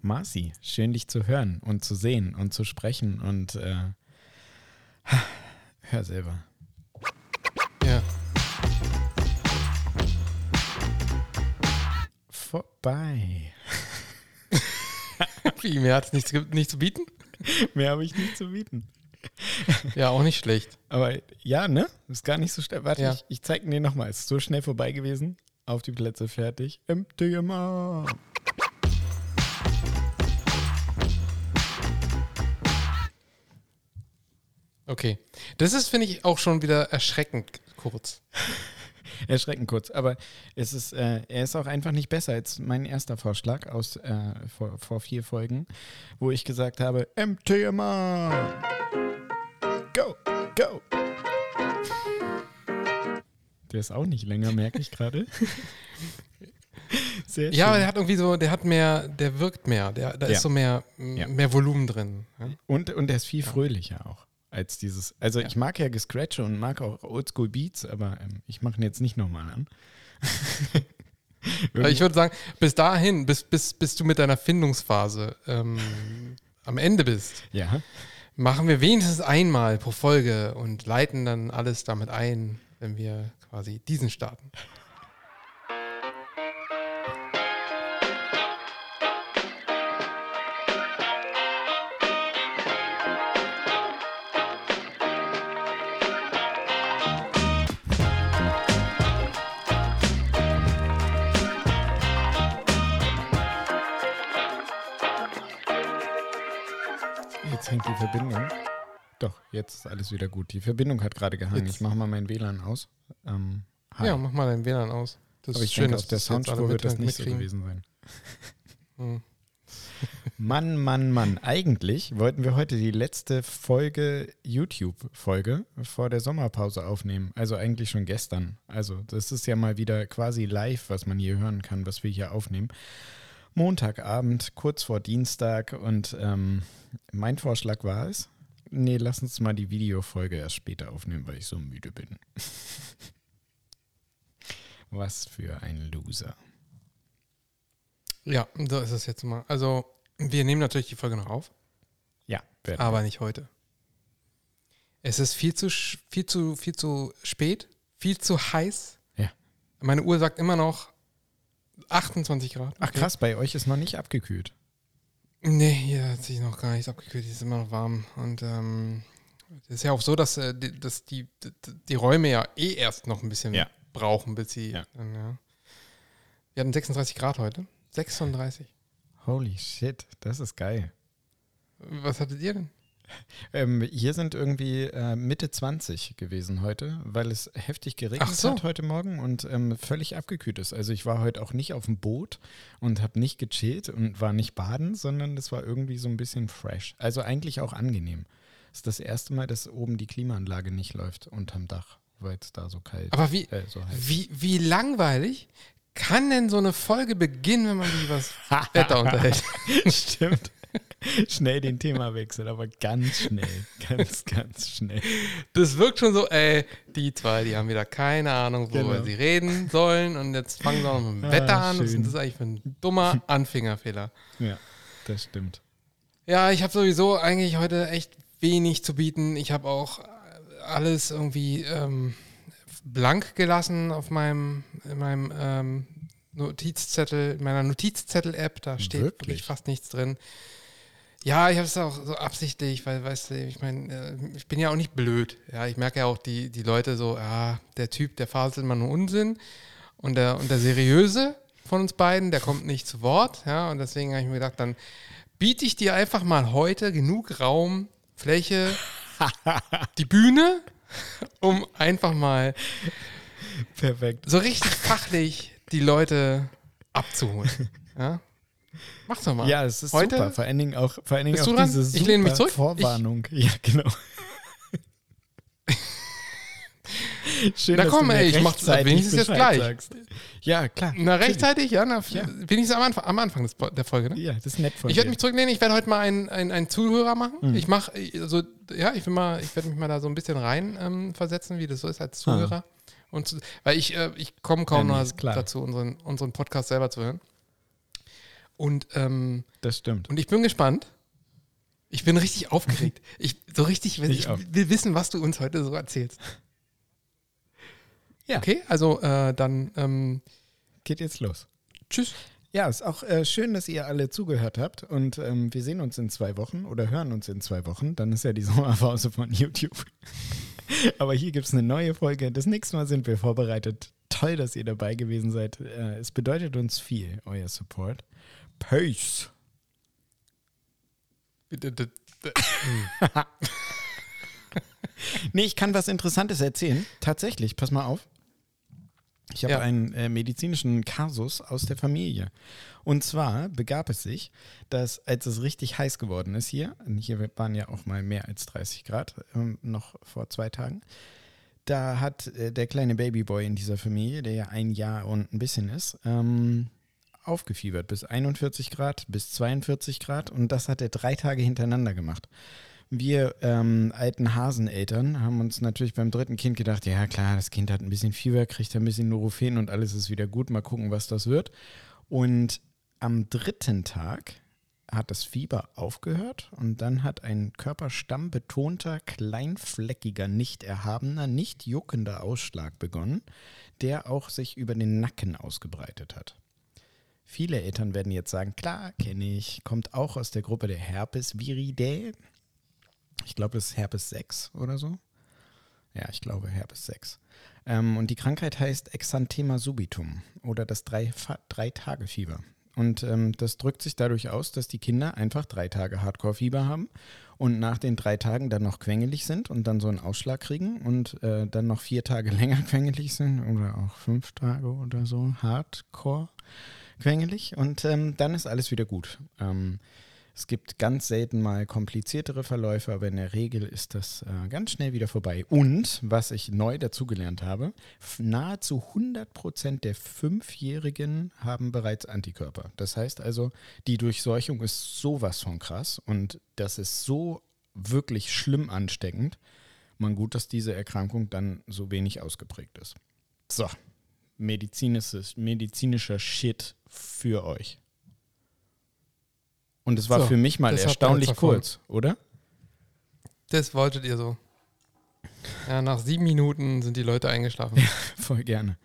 Marci, schön dich zu hören und zu sehen und zu sprechen und hör selber. Ja. Vorbei. Wie, mehr hat es nicht zu bieten? Mehr habe ich nicht zu bieten. Ja, auch nicht schlecht. Aber ja, ne? Ist gar nicht so schnell. Warte, Ja. ich zeige dir nochmal. Ist so schnell vorbei gewesen. Auf die Plätze, fertig. MTMA. Okay. Das ist, finde ich, auch schon wieder erschreckend kurz. Erschreckend kurz, aber er ist auch einfach nicht besser als mein erster Vorschlag aus vor 4 Folgen, wo ich gesagt habe, MTMA. Go, go. Der ist auch nicht länger, merke ich gerade. Sehr schön. Ja, aber der hat irgendwie so, der wirkt mehr. Da ist so mehr Volumen drin. Ja? Und er ist viel fröhlicher auch als dieses. Also ich mag ja Gescratche und mag auch Oldschool Beats, aber ich mache ihn jetzt nicht nochmal an. Aber ich würde sagen, bis dahin, bis du mit deiner Findungsphase am Ende bist, machen wir wenigstens einmal pro Folge und leiten dann alles damit ein, wenn wir quasi diesen starten. Jetzt hängt die Verbindung. Doch, jetzt ist alles wieder gut. Die Verbindung hat gerade gehangen. Ich mache mal mein WLAN aus. Hi. Ja, mach mal dein WLAN aus. Das aber ich denke, auf der Soundspur wird das nicht so gewesen sein. Mann. Eigentlich wollten wir heute die letzte YouTube-Folge vor der Sommerpause aufnehmen. Also eigentlich schon gestern. Also das ist ja mal wieder quasi live, was man hier hören kann, was wir hier aufnehmen. Montagabend, kurz vor Dienstag und mein Vorschlag war es, nee, lass uns mal die Videofolge erst später aufnehmen, weil ich so müde bin. Was für ein Loser. Ja, so ist es jetzt mal. Also, wir nehmen natürlich die Folge noch auf. Ja, aber nicht heute. Es ist viel zu spät, viel zu heiß. Ja. Meine Uhr sagt immer noch 28 Grad. Ach krass, bei euch ist noch nicht abgekühlt. Nee, hier hat sich noch gar nichts abgekühlt, die ist immer noch warm. Und es ist ja auch so, dass die Räume ja erst noch ein bisschen brauchen, bis sie... Ja. Wir hatten 36 Grad heute. 36. Holy shit, das ist geil. Was hattet ihr denn? Hier sind irgendwie Mitte 20 gewesen heute, weil es heftig geregnet hat heute Morgen und völlig abgekühlt ist. Also ich war heute auch nicht auf dem Boot und habe nicht gechillt und war nicht baden, sondern das war irgendwie so ein bisschen fresh. Also eigentlich auch angenehm. Das ist das erste Mal, dass oben die Klimaanlage nicht läuft unterm Dach, weil es da so kalt ist. Aber wie langweilig kann denn so eine Folge beginnen, wenn man sich über das Wetter unterhält? Stimmt. Schnell den Themawechsel, aber ganz schnell. Ganz schnell. Das wirkt schon so, die zwei, die haben wieder keine Ahnung, worüber sie reden sollen und jetzt fangen sie auch noch mit dem Wetter an. Was ist das eigentlich für ein dummer Anfängerfehler? Ja, das stimmt. Ja, ich habe sowieso eigentlich heute echt wenig zu bieten. Ich habe auch alles irgendwie blank gelassen auf in meinem Notizzettel, in meiner Notizzettel-App. Da steht wirklich fast nichts drin. Ja, ich habe es auch so absichtlich, weil, weißt du, ich meine, ich bin ja auch nicht blöd. Ja, ich merke ja auch die Leute so, der Typ, der faselt immer nur Unsinn und der Seriöse von uns beiden, der kommt nicht zu Wort. Ja, und deswegen habe ich mir gedacht, dann biete ich dir einfach mal heute genug Raum, Fläche, die Bühne, um einfach mal perfekt so richtig fachlich die Leute abzuholen. Ja? Mach's doch mal. Ja, es ist heute, super. Vor allen Dingen auch diese super ich lehne mich zurück. Vorwarnung. Ja, genau. Schön, na komm, ich mach's wenigstens jetzt gleich. Sagst. Ja, klar. Na, rechtzeitig, wenigstens am Anfang der Folge, ne? Ja, das ist nett von dir. Ich werde mich zurücklehnen, ich werde heute mal einen Zuhörer machen. Ich werde mich mal da so ein bisschen rein versetzen, wie das so ist als Zuhörer. Weil ich komme kaum noch dazu, unseren Podcast selber zu hören. Und, das stimmt. Und ich bin gespannt. Ich bin richtig aufgeregt. Ich will wissen, was du uns heute so erzählst. Ja. Okay, also dann geht jetzt los. Tschüss. Ja, ist auch schön, dass ihr alle zugehört habt und wir sehen uns in 2 Wochen oder hören uns in 2 Wochen. Dann ist ja die Sommerpause von YouTube. Aber hier gibt es eine neue Folge. Das nächste Mal sind wir vorbereitet. Toll, dass ihr dabei gewesen seid. Es bedeutet uns viel, euer Support. Peace. Nee, ich kann was Interessantes erzählen. Tatsächlich, pass mal auf. Ich habe einen medizinischen Kasus aus der Familie. Und zwar begab es sich, dass als es richtig heiß geworden ist hier waren ja auch mal mehr als 30 Grad, noch vor 2 Tagen, da hat der kleine Babyboy in dieser Familie, der ja 1 Jahr und ein bisschen ist, aufgefiebert bis 41 Grad, bis 42 Grad und das hat er 3 Tage hintereinander gemacht. Wir alten Haseneltern haben uns natürlich beim 3. Kind gedacht, ja klar, das Kind hat ein bisschen Fieber, kriegt ein bisschen Nurofen und alles ist wieder gut, mal gucken, was das wird. Und am 3. Tag hat das Fieber aufgehört und dann hat ein körperstammbetonter, kleinfleckiger, nicht erhabener, nicht juckender Ausschlag begonnen, der auch sich über den Nacken ausgebreitet hat. Viele Eltern werden jetzt sagen, klar, kenne ich, kommt auch aus der Gruppe der Herpesviridae. Ich glaube, das ist Herpes 6 oder so. Ja, ich glaube Herpes 6. Und die Krankheit heißt Exanthema subitum oder das 3-Tage-Fieber. Und das drückt sich dadurch aus, dass die Kinder einfach 3 Tage Hardcore-Fieber haben und nach den 3 Tagen dann noch quengelig sind und dann so einen Ausschlag kriegen und dann noch 4 Tage länger quengelig sind oder auch 5 Tage oder so Hardcore quengelig und dann ist alles wieder gut. Es gibt ganz selten mal kompliziertere Verläufe, aber in der Regel ist das ganz schnell wieder vorbei. Und, was ich neu dazugelernt habe, nahezu 100% der 5-Jährigen haben bereits Antikörper. Das heißt also, die Durchseuchung ist sowas von krass und das ist so wirklich schlimm ansteckend. Man gut, dass diese Erkrankung dann so wenig ausgeprägt ist. So, medizinischer Shit für euch. Und es war für mich mal erstaunlich kurz, oder? Das wolltet ihr so. Ja, nach 7 Minuten sind die Leute eingeschlafen. Voll gerne.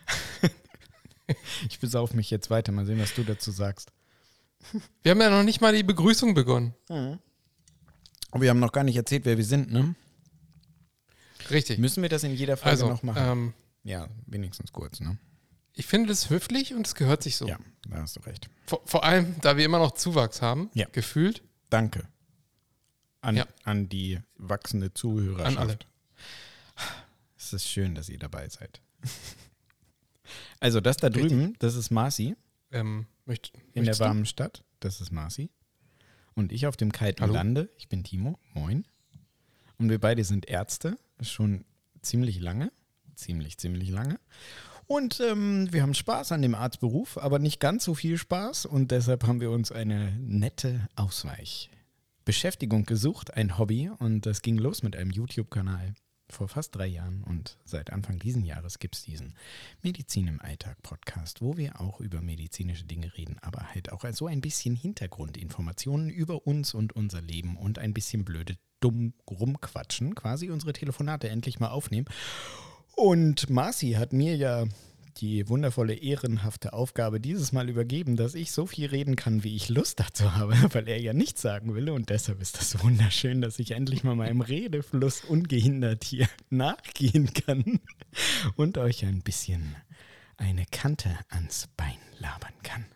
Ich besauf mich jetzt weiter. Mal sehen, was du dazu sagst. Wir haben ja noch nicht mal die Begrüßung begonnen. Mhm. Aber wir haben noch gar nicht erzählt, wer wir sind, ne? Richtig. Müssen wir das in jeder Folge noch machen? Ja, wenigstens kurz, ne? Ich finde das höflich und es gehört sich so. Ja, da hast du recht. Vor allem, da wir immer noch Zuwachs haben, gefühlt. Danke. An die wachsende Zuhörerschaft. An alle. Es ist schön, dass ihr dabei seid. Also das da drüben, das ist Marci. In der warmen Stadt, das ist Marci. Und ich auf dem kalten Lande, ich bin Timo, moin. Und wir beide sind Ärzte, schon ziemlich lange. Ziemlich lange. Und wir haben Spaß an dem Arztberuf, aber nicht ganz so viel Spaß. Und deshalb haben wir uns eine nette Ausweichbeschäftigung gesucht, ein Hobby. Und das ging los mit einem YouTube-Kanal vor fast 3 Jahren. Und seit Anfang diesen Jahres gibt es diesen Medizin im Alltag-Podcast, wo wir auch über medizinische Dinge reden, aber halt auch so ein bisschen Hintergrundinformationen über uns und unser Leben und ein bisschen dumm rumquatschen, quasi unsere Telefonate endlich mal aufnehmen. Und Marci hat mir ja die wundervolle, ehrenhafte Aufgabe dieses Mal übergeben, dass ich so viel reden kann, wie ich Lust dazu habe, weil er ja nichts sagen will. Und deshalb ist das wunderschön, dass ich endlich mal meinem Redefluss ungehindert hier nachgehen kann und euch ein bisschen eine Kante ans Bein labern kann.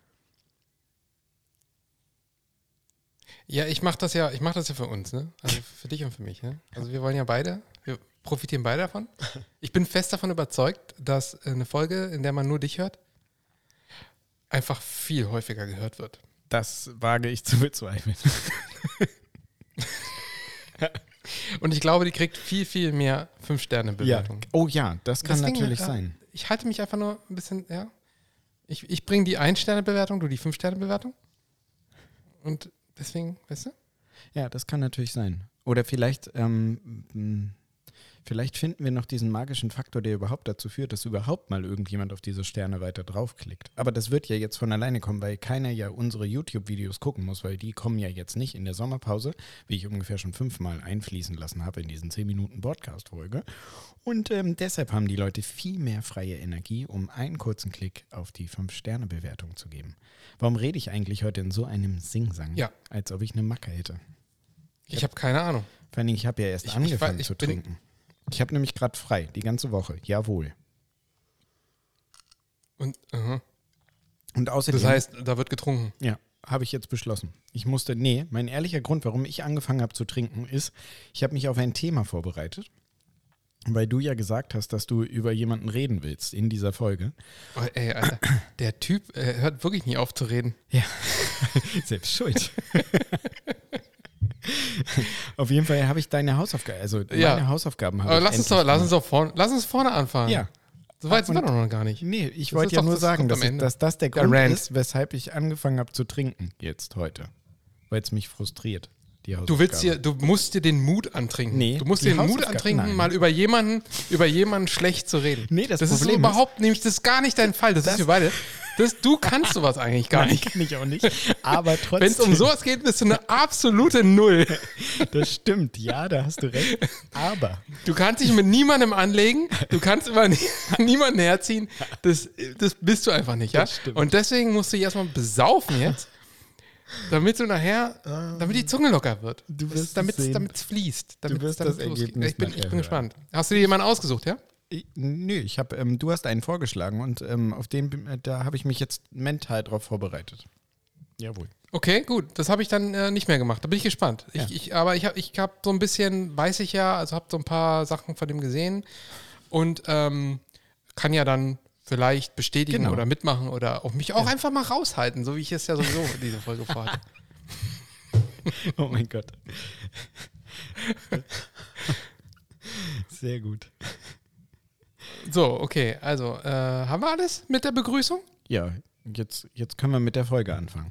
Ja, ich mach das ja für uns, ne? Also für dich und für mich, ne? Also wir wollen ja beide, wir profitieren beide davon. Ich bin fest davon überzeugt, dass eine Folge, in der man nur dich hört, einfach viel häufiger gehört wird. Das wage ich zu bezweifeln. Und ich glaube, die kriegt viel, viel mehr 5-Sterne-Bewertungen. Ja. Oh ja, das kann deswegen, natürlich sein. Ich halte mich einfach nur ein bisschen, ja. Ich bringe die 1-Sterne-Bewertung, du die 5-Sterne-Bewertung. Und deswegen, weißt du? Ja, das kann natürlich sein. Oder vielleicht Vielleicht finden wir noch diesen magischen Faktor, der überhaupt dazu führt, dass überhaupt mal irgendjemand auf diese Sterne weiter draufklickt. Aber das wird ja jetzt von alleine kommen, weil keiner ja unsere YouTube-Videos gucken muss, weil die kommen ja jetzt nicht in der Sommerpause, wie ich ungefähr schon 5-mal einfließen lassen habe in diesen 10 Minuten Podcast-Folge. Und deshalb haben die Leute viel mehr freie Energie, um einen kurzen Klick auf die 5-Sterne-Bewertung zu geben. Warum rede ich eigentlich heute in so einem Singsang, als ob ich eine Macke hätte? Ich habe keine Ahnung. Vor allem, ich habe ja erst angefangen zu trinken. Ich habe nämlich gerade frei, die ganze Woche. Jawohl. Und außerdem... Das heißt, da wird getrunken? Ja, habe ich jetzt beschlossen. Mein ehrlicher Grund, warum ich angefangen habe zu trinken, ist, ich habe mich auf ein Thema vorbereitet, weil du ja gesagt hast, dass du über jemanden reden willst in dieser Folge. Oh, ey, Alter, der Typ hört wirklich nie auf zu reden. Ja, selbst schuld. Auf jeden Fall habe ich deine Hausaufgaben, meine Hausaufgaben habe ich lass uns vorne anfangen. Ja. So weit sind wir doch noch gar nicht. Nee, ich wollte ja nur sagen, dass das der Grund ist, weshalb ich angefangen habe zu trinken jetzt heute. Weil es mich frustriert, die Hausaufgaben. Du musst dir den Mut antrinken. Nee, du musst dir den Mut antrinken, mal über jemanden schlecht zu reden. Nee, das ist Problem überhaupt nämlich, das ist gar nicht dein Fall. Das ist für beide. Du kannst sowas eigentlich gar nicht. Kann ich auch nicht. Aber trotzdem. Wenn es um sowas geht, bist du eine absolute Null. Das stimmt, ja, da hast du recht. Aber. Du kannst dich mit niemandem anlegen, du kannst über niemanden herziehen. Das bist du einfach nicht, ja? Das stimmt. Und deswegen musst du dich erstmal besaufen jetzt, damit du nachher, damit die Zunge locker wird. Damit es fließt. Du wirst das Ergebnis Ich bin gespannt. Hast du dir jemanden ausgesucht, ja? Nö, du hast einen vorgeschlagen und da habe ich mich jetzt mental drauf vorbereitet. Jawohl. Okay, gut. Das habe ich dann nicht mehr gemacht. Da bin ich gespannt. Ja. Aber ich habe so ein bisschen, weiß ich ja, also habe so ein paar Sachen von dem gesehen und kann ja dann vielleicht bestätigen oder mitmachen oder auch mich auch einfach mal raushalten, so wie ich es ja sowieso diese Folge vorhatte. Oh mein Gott. Sehr gut. So, okay, also haben wir alles mit der Begrüßung? Ja, jetzt können wir mit der Folge anfangen.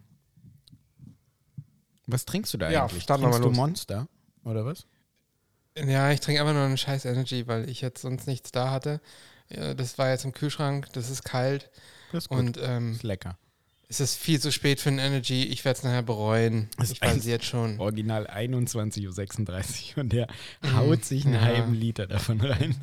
Was trinkst du da eigentlich? Trinkst du Monster oder was? Ja, ich trinke einfach nur eine scheiß Energy, weil ich jetzt sonst nichts da hatte. Ja, das war jetzt im Kühlschrank, das ist kalt. Das ist gut. Und ist lecker. Es ist viel zu spät für ein Energy, ich werde es nachher bereuen. Ich weiß es jetzt schon. Original 21:36 Uhr und der haut sich einen halben Liter davon rein.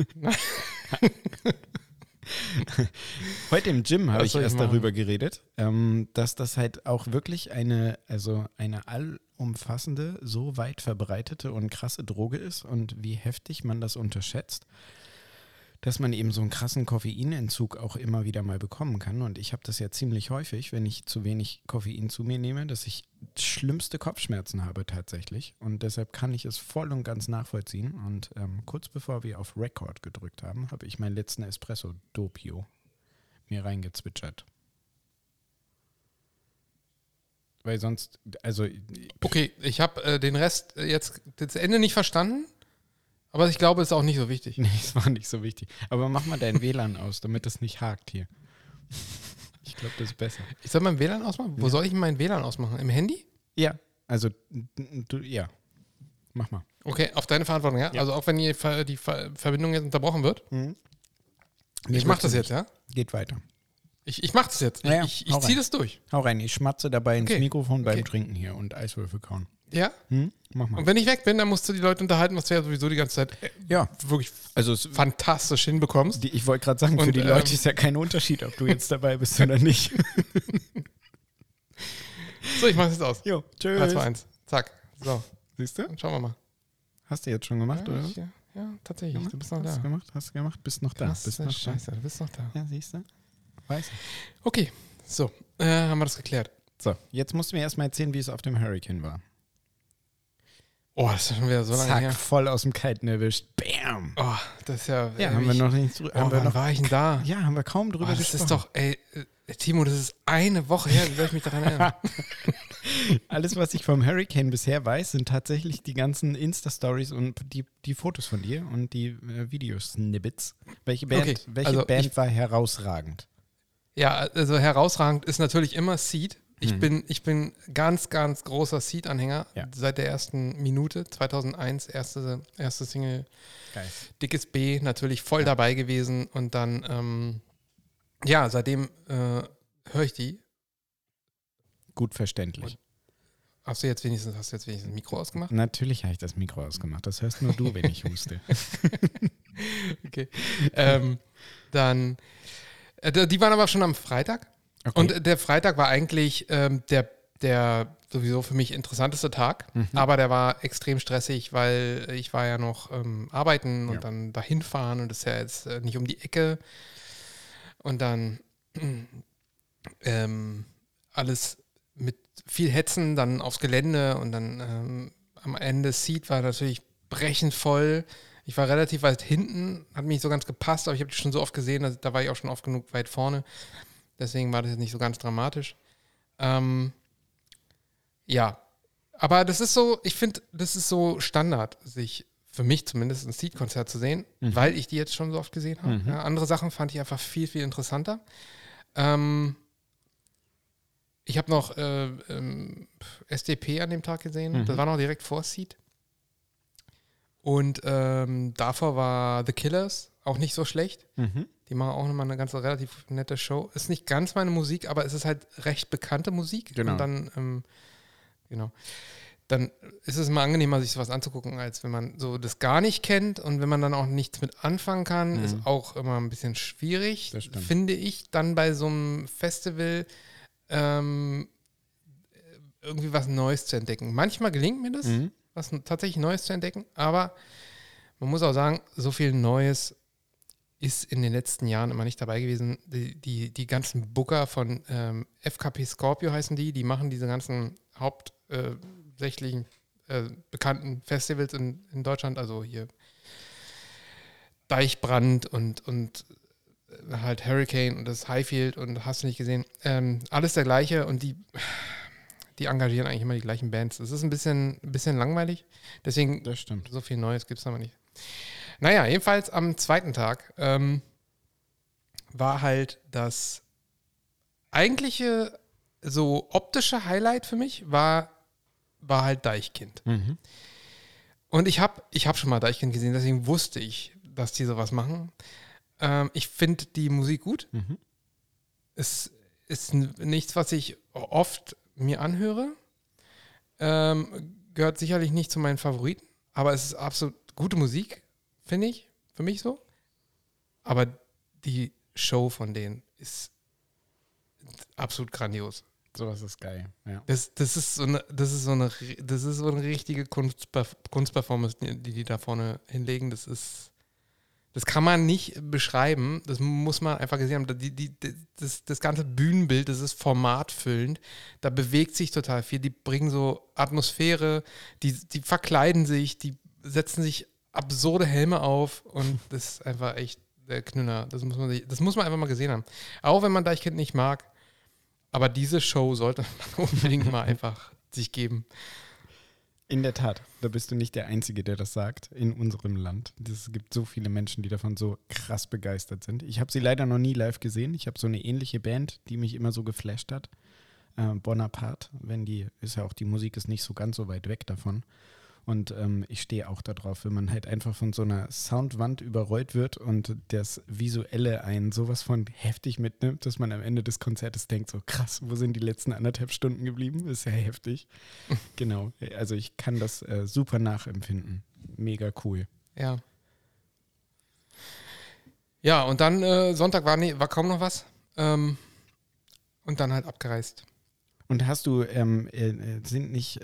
Heute im Gym habe ich erst darüber geredet, dass das halt auch wirklich eine allumfassende, so weit verbreitete und krasse Droge ist und wie heftig man das unterschätzt, dass man eben so einen krassen Koffeinentzug auch immer wieder mal bekommen kann. Und ich habe das ja ziemlich häufig, wenn ich zu wenig Koffein zu mir nehme, dass ich schlimmste Kopfschmerzen habe tatsächlich. Und deshalb kann ich es voll und ganz nachvollziehen. Und kurz bevor wir auf Record gedrückt haben, habe ich meinen letzten Espresso Doppio mir reingezwitschert. Weil sonst, Okay, ich habe den Rest jetzt, das Ende nicht verstanden. Aber ich glaube, es ist auch nicht so wichtig. Nee, es war nicht so wichtig. Aber mach mal dein WLAN aus, damit es nicht hakt hier. Ich glaube, das ist besser. Ich soll mein WLAN ausmachen? Wo soll ich mein WLAN ausmachen? Im Handy? Ja, also, ja. Mach mal. Okay, auf deine Verantwortung, ja? Also auch wenn die Verbindung jetzt unterbrochen wird? Mhm. Ich mache das jetzt, ja? Geht weiter. Ich mache das jetzt. Ja, ich ziehe das durch. Hau rein, ich schmatze dabei ins Mikrofon beim Trinken hier und Eiswürfel kauen. Ja? Mach mal. Und wenn ich weg bin, dann musst du die Leute unterhalten, was du ja sowieso die ganze Zeit wirklich fantastisch hinbekommst. Ich wollte gerade sagen, für die Leute ist ja kein Unterschied, ob du jetzt dabei bist oder nicht. So, ich mach's jetzt aus. Jo, tschüss. 3, 2, 1. Zack. So. Siehst du? Schauen wir mal. Hast du jetzt schon gemacht, oder? Ja, tatsächlich. Gemacht? Du bist noch da. Hast du gemacht? Bist noch da. Scheiße, du bist noch da. Ja, siehst du? Weiß ich. Okay, so. Haben wir das geklärt. So, jetzt musst du mir erstmal erzählen, wie es auf dem Hurricane war. Oh, das ist schon wieder so lange her. Voll aus dem Kalten erwischt. Bam! Oh, das ist ja... Ja, haben wir noch nicht... wann war ich denn da? Ja, haben wir kaum drüber gesprochen. Das ist doch... Timo, das ist eine Woche her. Wie soll ich mich daran erinnern? Alles, was ich vom Hurricane bisher weiß, sind tatsächlich die ganzen Insta-Stories und die Fotos von dir und die Videosnippets. Welche Band war herausragend? Ja, also herausragend ist natürlich immer Seed. Ich bin ganz, ganz großer Seed-Anhänger. Ja. Seit der ersten Minute, 2001, erste Single. Geil. Dickes B, natürlich voll dabei gewesen. Und dann, seitdem höre ich die. Gut verständlich. Hast du jetzt wenigstens das Mikro ausgemacht? Natürlich habe ich das Mikro ausgemacht. Das hörst nur du, wenn ich huste. Okay. Die waren aber schon am Freitag. Okay. Und der Freitag war eigentlich der sowieso für mich interessanteste Tag. Aber der war extrem stressig, weil ich war ja noch arbeiten und dann dahin fahren und das ist ja jetzt nicht um die Ecke. Und dann alles mit viel Hetzen dann aufs Gelände und dann am Ende Seat war natürlich brechend voll. Ich war relativ weit hinten, hat mich nicht so ganz gepasst, aber ich habe die schon so oft gesehen, also da war ich auch schon oft genug weit vorne. Deswegen war das jetzt nicht so ganz dramatisch. Aber das ist so, ich finde, das ist so Standard, sich für mich zumindest ein Seed-Konzert zu sehen, weil ich die jetzt schon so oft gesehen habe. Ja, andere Sachen fand ich einfach viel, viel interessanter. Ich habe noch SDP an dem Tag gesehen. Das war noch direkt vor Seed. Und davor war The Killers auch nicht so schlecht. Die machen auch nochmal eine ganz relativ nette Show. Ist nicht ganz meine Musik, aber es ist halt recht bekannte Musik. Genau. Und dann, dann ist es immer angenehmer, sich sowas anzugucken, als wenn man so das gar nicht kennt. Und wenn man dann auch nichts mit anfangen kann, ist auch immer ein bisschen schwierig, finde ich, dann bei so einem Festival irgendwie was Neues zu entdecken. Manchmal gelingt mir das, was tatsächlich Neues zu entdecken, aber man muss auch sagen, so viel Neues ist in den letzten Jahren immer nicht dabei gewesen. Die ganzen Booker von FKP Scorpio heißen die machen diese ganzen hauptsächlichen bekannten Festivals in Deutschland, also hier Deichbrand und halt Hurricane und das Highfield und hast du nicht gesehen. Alles der gleiche und die engagieren eigentlich immer die gleichen Bands. Das ist ein bisschen langweilig. Deswegen, das stimmt. So viel Neues gibt es aber nicht. Naja, jedenfalls am zweiten Tag war halt das eigentliche so optische Highlight für mich war halt Deichkind. Und ich hab schon mal Deichkind gesehen, deswegen wusste ich, dass die sowas machen. Ich finde die Musik gut. Es ist nichts, was ich oft mir anhöre. Gehört sicherlich nicht zu meinen Favoriten, aber es ist absolut gute Musik, finde ich, für mich so. Aber die Show von denen ist absolut grandios. Sowas ist geil, ja. Das ist so eine richtige Kunstperformance, die da vorne hinlegen. Das kann man nicht beschreiben, das muss man einfach gesehen haben. Das ganze Bühnenbild, das ist formatfüllend, da bewegt sich total viel, die bringen so Atmosphäre, die verkleiden sich, die setzen sich absurde Helme auf und das ist einfach echt der Knüller. Das muss man einfach mal gesehen haben. Auch wenn man Deichkind nicht mag, aber diese Show sollte man unbedingt mal einfach sich geben. In der Tat, da bist du nicht der Einzige, der das sagt in unserem Land. Es gibt so viele Menschen, die davon so krass begeistert sind. Ich habe sie leider noch nie live gesehen. Ich habe so eine ähnliche Band, die mich immer so geflasht hat. Bonaparte, ist ja auch, die Musik ist nicht so ganz so weit weg davon. Und ich stehe auch darauf, wenn man halt einfach von so einer Soundwand überrollt wird und das Visuelle einen sowas von heftig mitnimmt, dass man am Ende des Konzertes denkt, so krass, wo sind die letzten 1,5 Stunden geblieben? Ist ja heftig. Genau, also ich kann das super nachempfinden. Mega cool. Ja. Ja, und dann Sonntag war kaum noch was. Und dann halt abgereist. Und hast du, sind nicht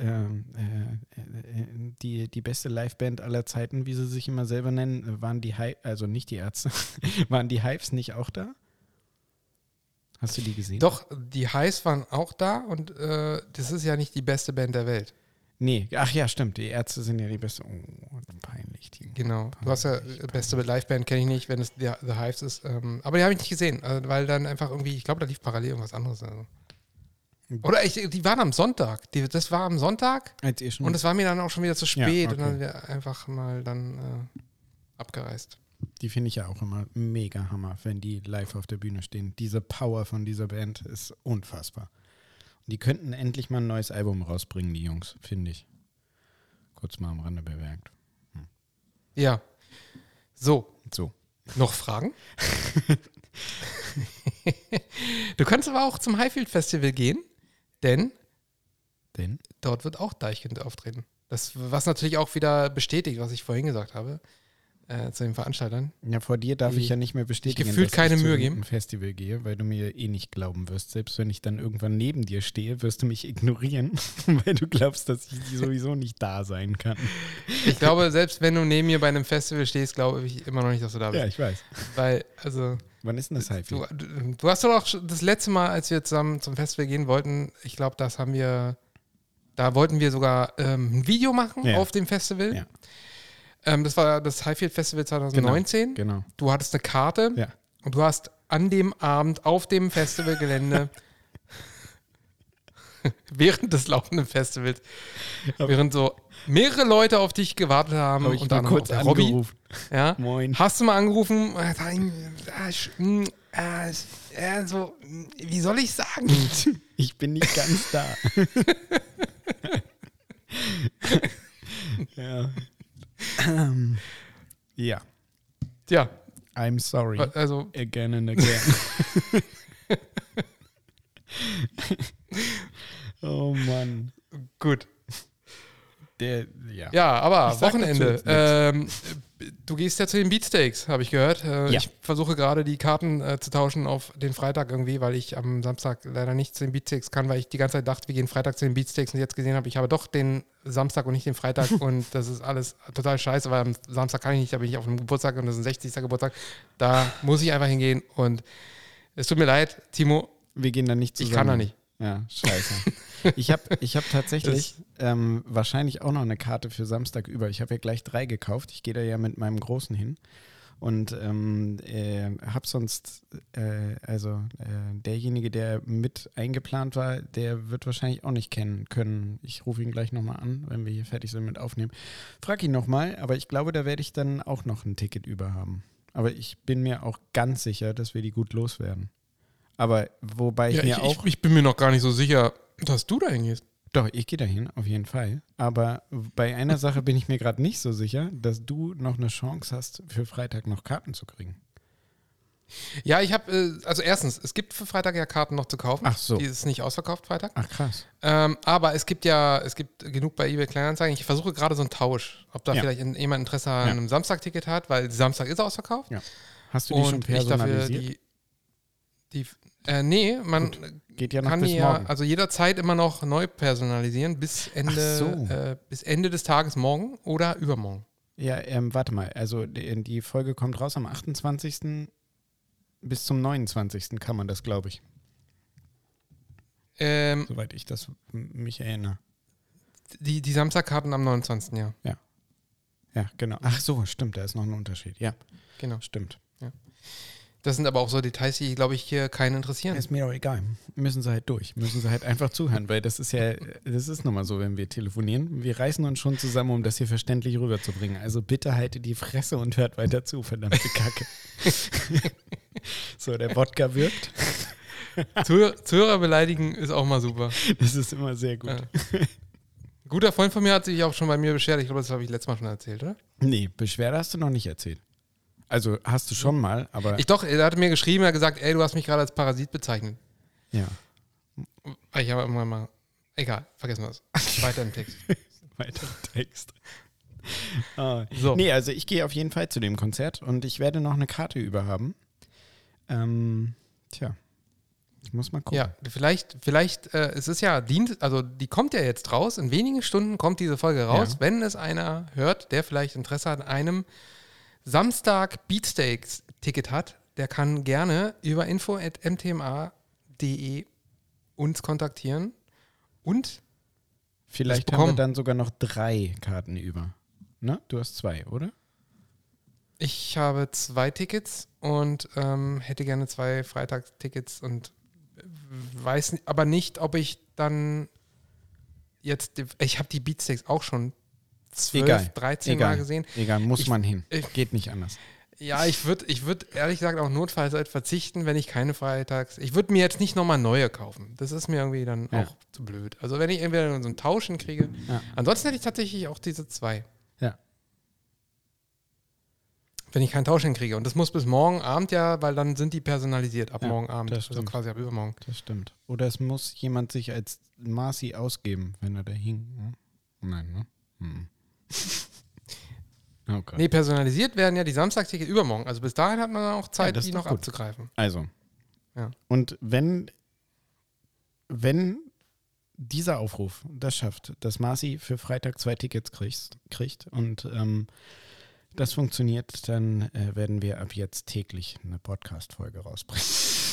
die beste Liveband aller Zeiten, wie sie sich immer selber nennen, waren die also nicht die Ärzte, waren die Hives nicht auch da? Hast du die gesehen? Doch, die Hives waren auch da und das ist ja nicht die beste Band der Welt. Nee, ach ja, stimmt, die Ärzte sind ja die beste. Oh, peinlich. Genau, du hast ja beste Liveband, kenne ich nicht, wenn es The Hives ist. Aber die habe ich nicht gesehen, weil dann einfach irgendwie, ich glaube, da lief parallel irgendwas anderes. Also. Oder die waren am Sonntag. Das war am Sonntag und es war mir dann auch schon wieder zu spät. Ja, okay. Und dann sind wir einfach mal dann abgereist. Die finde ich ja auch immer mega Hammer, wenn die live auf der Bühne stehen. Diese Power von dieser Band ist unfassbar. Die könnten endlich mal ein neues Album rausbringen, die Jungs, finde ich. Kurz mal am Rande bemerkt. Ja. So. So. Noch Fragen? Du kannst aber auch zum Highfield Festival gehen, denn dort wird auch Deichkind auftreten. Das, was natürlich auch wieder bestätigt, was ich vorhin gesagt habe, zu den Veranstaltern. Ja, vor dir darf ich ja nicht mehr bestätigen, gefühlt dass keine ich Mühe zu geben. einem Festival gehe, weil du mir eh nicht glauben wirst. Selbst wenn ich dann irgendwann neben dir stehe, wirst du mich ignorieren, weil du glaubst, dass ich sowieso nicht da sein kann. Ich glaube, selbst wenn du neben mir bei einem Festival stehst, glaube ich immer noch nicht, dass du da bist. Ja, ich weiß. Weil, also... Wann ist denn das Highfield? Du hast doch auch das letzte Mal, als wir zusammen zum Festival gehen wollten, ich glaube, da wollten wir sogar ein Video machen auf dem Festival. Ja. Das war das Highfield Festival 2019. Genau. Du hattest eine Karte und du hast an dem Abend auf dem Festivalgelände während des laufenden Festivals, während so mehrere Leute auf dich gewartet haben und dann kurz der Robby. Ja, Moin. hast du mal angerufen? So, wie soll ich sagen? Ich bin nicht ganz da. Ja. Ja. Ja. I'm sorry. Also, again and again. Oh Mann. Gut. Ja. Ja, aber Ich sag Wochenende. Du gehst ja zu den Beatsteaks, habe ich gehört. Ich versuche gerade die Karten zu tauschen auf den Freitag irgendwie, weil ich am Samstag leider nicht zu den Beatsteaks kann, weil ich die ganze Zeit dachte, wir gehen Freitag zu den Beatsteaks und jetzt gesehen habe, ich habe doch den Samstag und nicht den Freitag und das ist alles total scheiße, weil am Samstag kann ich nicht, da bin ich auf einem Geburtstag und das ist ein 60. Geburtstag. Da muss ich einfach hingehen und es tut mir leid, Timo. Wir gehen da nicht zusammen. Ich kann da nicht. Ja, scheiße. Ich hab tatsächlich wahrscheinlich auch noch eine Karte für Samstag über. Ich habe ja gleich 3 gekauft. Ich gehe da ja mit meinem Großen hin. Und habe sonst, derjenige, der mit eingeplant war, der wird wahrscheinlich auch nicht kennen können. Ich rufe ihn gleich nochmal an, wenn wir hier fertig sind mit Aufnehmen. Frag ihn nochmal, aber ich glaube, da werde ich dann auch noch ein Ticket über haben. Aber ich bin mir auch ganz sicher, dass wir die gut loswerden. Aber wobei ich bin mir noch gar nicht so sicher, dass du da hingehst. Doch, ich gehe dahin, auf jeden Fall. Aber bei einer Sache bin ich mir gerade nicht so sicher, dass du noch eine Chance hast, für Freitag noch Karten zu kriegen. Ja, ich habe, also erstens, es gibt für Freitag ja Karten noch zu kaufen. Ach so. Die ist nicht ausverkauft Freitag. Ach, krass. Aber es gibt genug bei eBay Kleinanzeigen. Ich versuche gerade so einen Tausch, ob da vielleicht jemand Interesse an einem Samstag-Ticket hat, weil Samstag ist ausverkauft. Ja. Hast du die schon personalisiert? Nee, man geht ja noch kann bis die morgen. also jederzeit immer noch neu personalisieren bis Ende des Tages morgen oder übermorgen. Ja, warte mal, also die Folge kommt raus am 28. bis zum 29. kann man das, glaube ich. Soweit ich das mich erinnere. Die Samstagkarten am 29. Ja. Ja, genau. Ach so, stimmt, da ist noch ein Unterschied. Ja, genau. Stimmt. Ja. Das sind aber auch so Details, die, glaube ich, hier keinen interessieren. Ist mir doch egal. Müssen sie halt durch. Müssen sie halt einfach zuhören, weil das ist nun mal so, wenn wir telefonieren. Wir reißen uns schon zusammen, um das hier verständlich rüberzubringen. Also bitte haltet die Fresse und hört weiter zu, verdammte Kacke. So, der Wodka wirkt. Zuhörer beleidigen ist auch mal super. Das ist immer sehr gut. Ja. Ein guter Freund von mir hat sich auch schon bei mir beschwert. Ich glaube, das habe ich letztes Mal schon erzählt, oder? Nee, Beschwerde hast du noch nicht erzählt. Also hast du schon mal, aber... Er hatte mir geschrieben, er hat gesagt, ey, du hast mich gerade als Parasit bezeichnet. Ja. Ich habe immer mal... Egal, vergessen wir es. Weiter im Text. Weiter im Text. Oh. So. Nee, also ich gehe auf jeden Fall zu dem Konzert und ich werde noch eine Karte über haben. Ich muss mal gucken. Ja, vielleicht es ist ja die kommt ja jetzt raus, in wenigen Stunden kommt diese Folge raus. Ja. Wenn es einer hört, der vielleicht Interesse an einem Samstag Beatsteaks-Ticket hat, der kann gerne über info@mtma.de uns kontaktieren und vielleicht haben wir dann sogar noch 3 Karten über. Ne? Du hast 2, oder? ich habe 2 Tickets und hätte gerne 2 Freitagstickets und weiß aber nicht, ob ich dann jetzt, ich habe die Beatsteaks auch schon 12, 13 Mal gesehen. Egal, muss man hin. Geht nicht anders. Ja, ich würd ehrlich gesagt auch notfalls halt verzichten, wenn ich keine Freitags... Ich würde mir jetzt nicht nochmal neue kaufen. Das ist mir irgendwie dann auch zu blöd. Also wenn ich entweder so einen Tausch hinkriege. Ja. Ansonsten hätte ich tatsächlich auch diese 2. Ja. Wenn ich keinen Tausch hinkriege. Und das muss bis morgen Abend weil dann sind die personalisiert ab morgen Abend. Das stimmt. Also quasi ab übermorgen. Das stimmt. Oder es muss jemand sich als Marci ausgeben, wenn er da hing. Ne? Nein, ne? Okay. Nee, personalisiert werden ja die Samstagstickets übermorgen. Also bis dahin hat man auch Zeit, die noch abzugreifen. Also. Ja. Und wenn dieser Aufruf das schafft, dass Marci für Freitag 2 Tickets kriegt und das funktioniert, dann werden wir ab jetzt täglich eine Podcast-Folge rausbringen.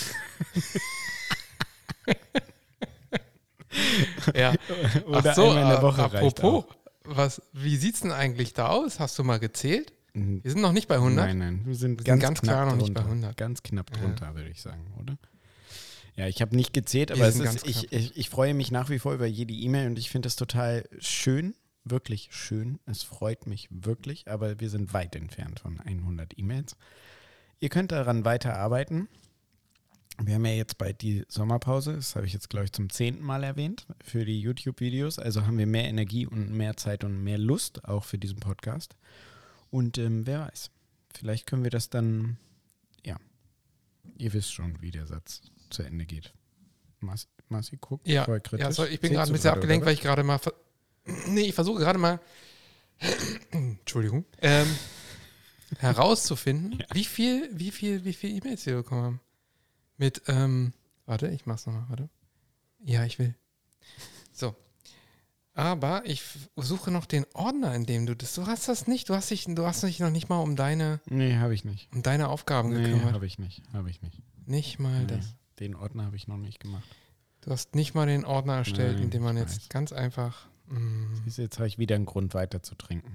Ja. Oder einmal in der Woche apropos, wie sieht es denn eigentlich da aus? Hast du mal gezählt? Wir sind noch nicht bei 100. Nein, wir sind ganz klar noch drunter. Nicht bei 100. Ganz knapp drunter, würde ich sagen, oder? Ja, ich habe nicht gezählt, aber ich freue mich nach wie vor über jede E-Mail und ich finde es total schön, wirklich schön. Es freut mich wirklich, aber wir sind weit entfernt von 100 E-Mails. Ihr könnt daran weiterarbeiten. Wir haben ja jetzt bald die Sommerpause, das habe ich jetzt, glaube ich, zum 10. Mal erwähnt, für die YouTube-Videos. Also haben wir mehr Energie und mehr Zeit und mehr Lust auch für diesen Podcast. Und wer weiß, vielleicht können wir das dann, ja, ihr wisst schon, wie der Satz zu Ende geht. Marci guckt voll kritisch. Ja, sorry, ich bin gerade ein bisschen abgelenkt, weil ich gerade mal, ich versuche gerade mal, Entschuldigung, herauszufinden, wie viel E-Mails wir bekommen haben. Mit, warte, ich mach's nochmal, warte. Ja, ich will. So. Aber ich suche noch den Ordner, in dem du hast das nicht. Du hast dich noch nicht mal um deine. Nee, habe ich nicht. Um deine Aufgaben gekümmert. Nee, habe ich nicht. Nicht mal das. Den Ordner habe ich noch nicht gemacht. Du hast nicht mal den Ordner erstellt, in dem man jetzt ganz einfach. Siehst du, jetzt habe ich wieder einen Grund weiter zu trinken.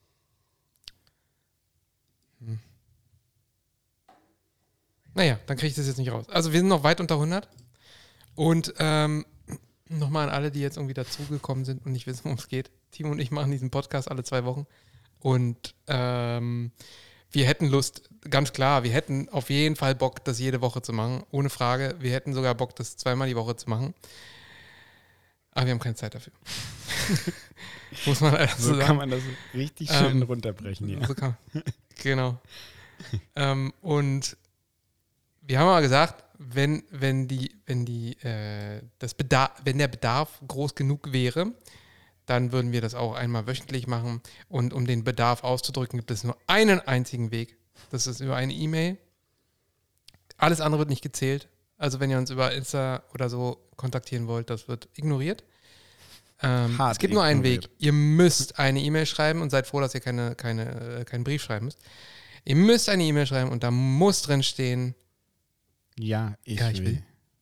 Naja, dann kriege ich das jetzt nicht raus. Also wir sind noch weit unter 100. Und nochmal an alle, die jetzt irgendwie dazugekommen sind und nicht wissen, worum es geht. Timo und ich machen diesen Podcast alle 2 Wochen. Und wir hätten Lust, ganz klar, wir hätten auf jeden Fall Bock, das jede Woche zu machen. Ohne Frage. Wir hätten sogar Bock, das 2-mal die Woche zu machen. Aber wir haben keine Zeit dafür. Muss man leider so sagen. Kann man das richtig schön runterbrechen hier. So genau. Und wir haben aber gesagt, wenn der Bedarf groß genug wäre, dann würden wir das auch einmal wöchentlich machen. Und um den Bedarf auszudrücken, gibt es nur einen einzigen Weg. Das ist über eine E-Mail. Alles andere wird nicht gezählt. Also wenn ihr uns über Insta oder so kontaktieren wollt, das wird ignoriert. Es gibt nur einen Weg. Ihr müsst eine E-Mail schreiben und seid froh, dass ihr keinen Brief schreiben müsst. Ihr müsst eine E-Mail schreiben und da muss drin stehen, ja, ich will.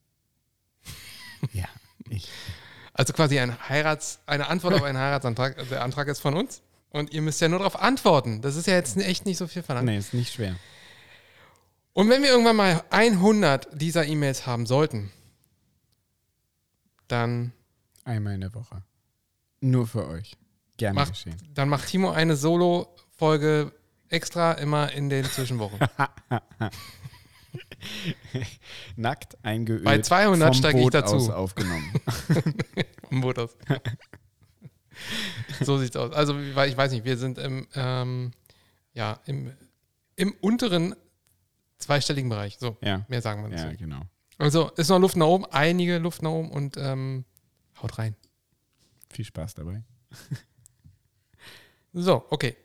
Ja, ich. Also quasi eine Antwort auf einen Heiratsantrag. Der Antrag ist von uns und ihr müsst ja nur darauf antworten. Das ist ja jetzt echt nicht so viel verlangt. Nee, ist nicht schwer. Und wenn wir irgendwann mal 100 dieser E-Mails haben sollten, dann einmal in der Woche. Nur für euch. Gerne geschehen. Dann macht Timo eine Solo-Folge extra immer in den Zwischenwochen. Nackt eingeölt. Bei 200 steige ich dazu. Aus aufgenommen. Vom Boot aus. So sieht's aus. Also ich weiß nicht, wir sind im unteren zweistelligen Bereich. So, mehr sagen wir dazu. Ja, genau. Also ist noch Luft nach oben, einige Luft nach oben und haut rein. Viel Spaß dabei. So, okay.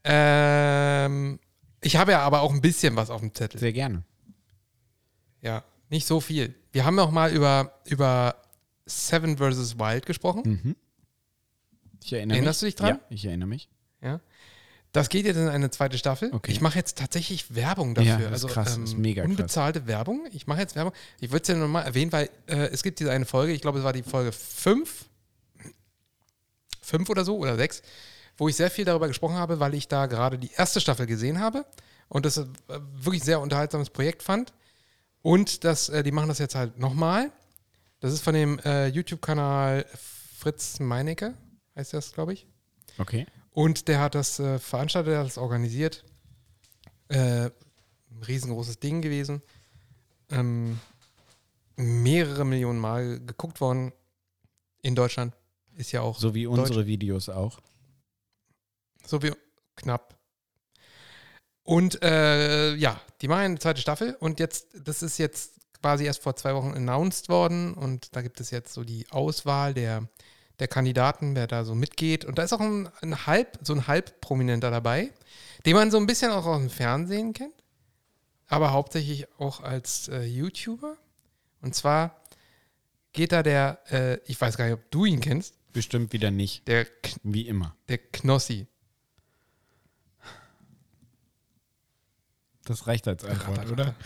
Ich habe ja aber auch ein bisschen was auf dem Zettel. Sehr gerne. Ja, nicht so viel. Wir haben auch mal über Seven vs. Wild gesprochen. Mhm. Erinnerst du dich dran? Ja, ich erinnere mich. Ja. Das geht jetzt in eine 2. Staffel. Okay. Ich mache jetzt tatsächlich Werbung dafür. Ja, das ist krass, das ist mega krass. Unbezahlte Werbung. Ich mache jetzt Werbung. Ich würde es ja nochmal erwähnen, weil es gibt diese eine Folge, ich glaube, es war die Folge 5 oder so oder 6, wo ich sehr viel darüber gesprochen habe, weil ich da gerade die 1. Staffel gesehen habe und das wirklich sehr unterhaltsames Projekt fand. Und die machen das jetzt halt nochmal. Das ist von dem YouTube-Kanal Fritz Meinecke, heißt das, glaube ich. Okay. Und der hat das veranstaltet, der hat das organisiert. Ein riesengroßes Ding gewesen. Mehrere Millionen Mal geguckt worden in Deutschland. Ist ja auch so wie unsere Videos auch. so wie knapp. Und die machen eine zweite Staffel und das ist jetzt quasi erst vor 2 Wochen announced worden und da gibt es jetzt so die Auswahl der Kandidaten, wer da so mitgeht. Und da ist auch ein Halbprominenter dabei, den man so ein bisschen auch aus dem Fernsehen kennt, aber hauptsächlich auch als YouTuber. Und zwar geht da ich weiß gar nicht, ob du ihn kennst. Bestimmt wieder nicht. Wie immer. Der Knossi. Das reicht als Antwort, oder?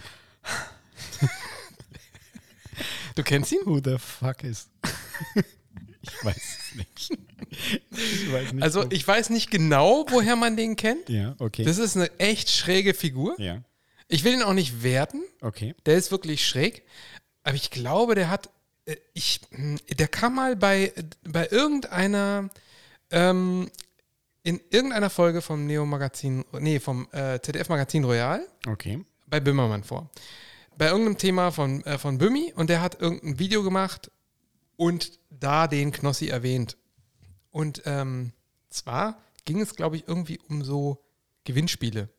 Du kennst ihn? Who the fuck is? Ich weiß es nicht. Ich weiß nicht genau, woher man den kennt. Ja, okay. Das ist eine echt schräge Figur. Ja. Ich will ihn auch nicht werten. Okay. Der ist wirklich schräg. Aber ich glaube, der kam mal bei irgendeiner, in irgendeiner Folge vom vom ZDF-Magazin Royal. Okay. Bei Böhmermann vor. Bei irgendeinem Thema von Böhmi und der hat irgendein Video gemacht und da den Knossi erwähnt. Und zwar ging es, glaube ich, irgendwie um so Gewinnspiele.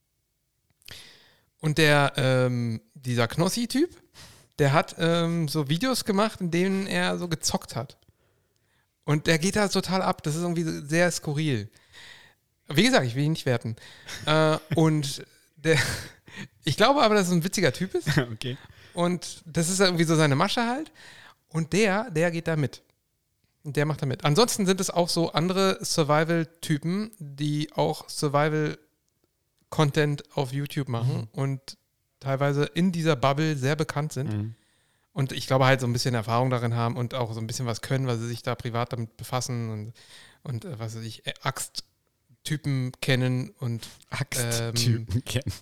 Und dieser Knossi-Typ, der hat so Videos gemacht, in denen er so gezockt hat. Und der geht da total ab. Das ist irgendwie sehr skurril. Wie gesagt, ich will ihn nicht werten. Ich glaube aber, dass es ein witziger Typ ist. Okay. Und das ist irgendwie so seine Masche halt. Und der geht da mit. Und der macht da mit. Ansonsten sind es auch so andere Survival-Typen, die auch Survival-Content auf YouTube machen und teilweise in dieser Bubble sehr bekannt sind. Mhm. Und ich glaube halt so ein bisschen Erfahrung darin haben und auch so ein bisschen was können, weil sie sich da privat damit befassen und was weiß ich, Axttypen kennen und Axttypen kennen.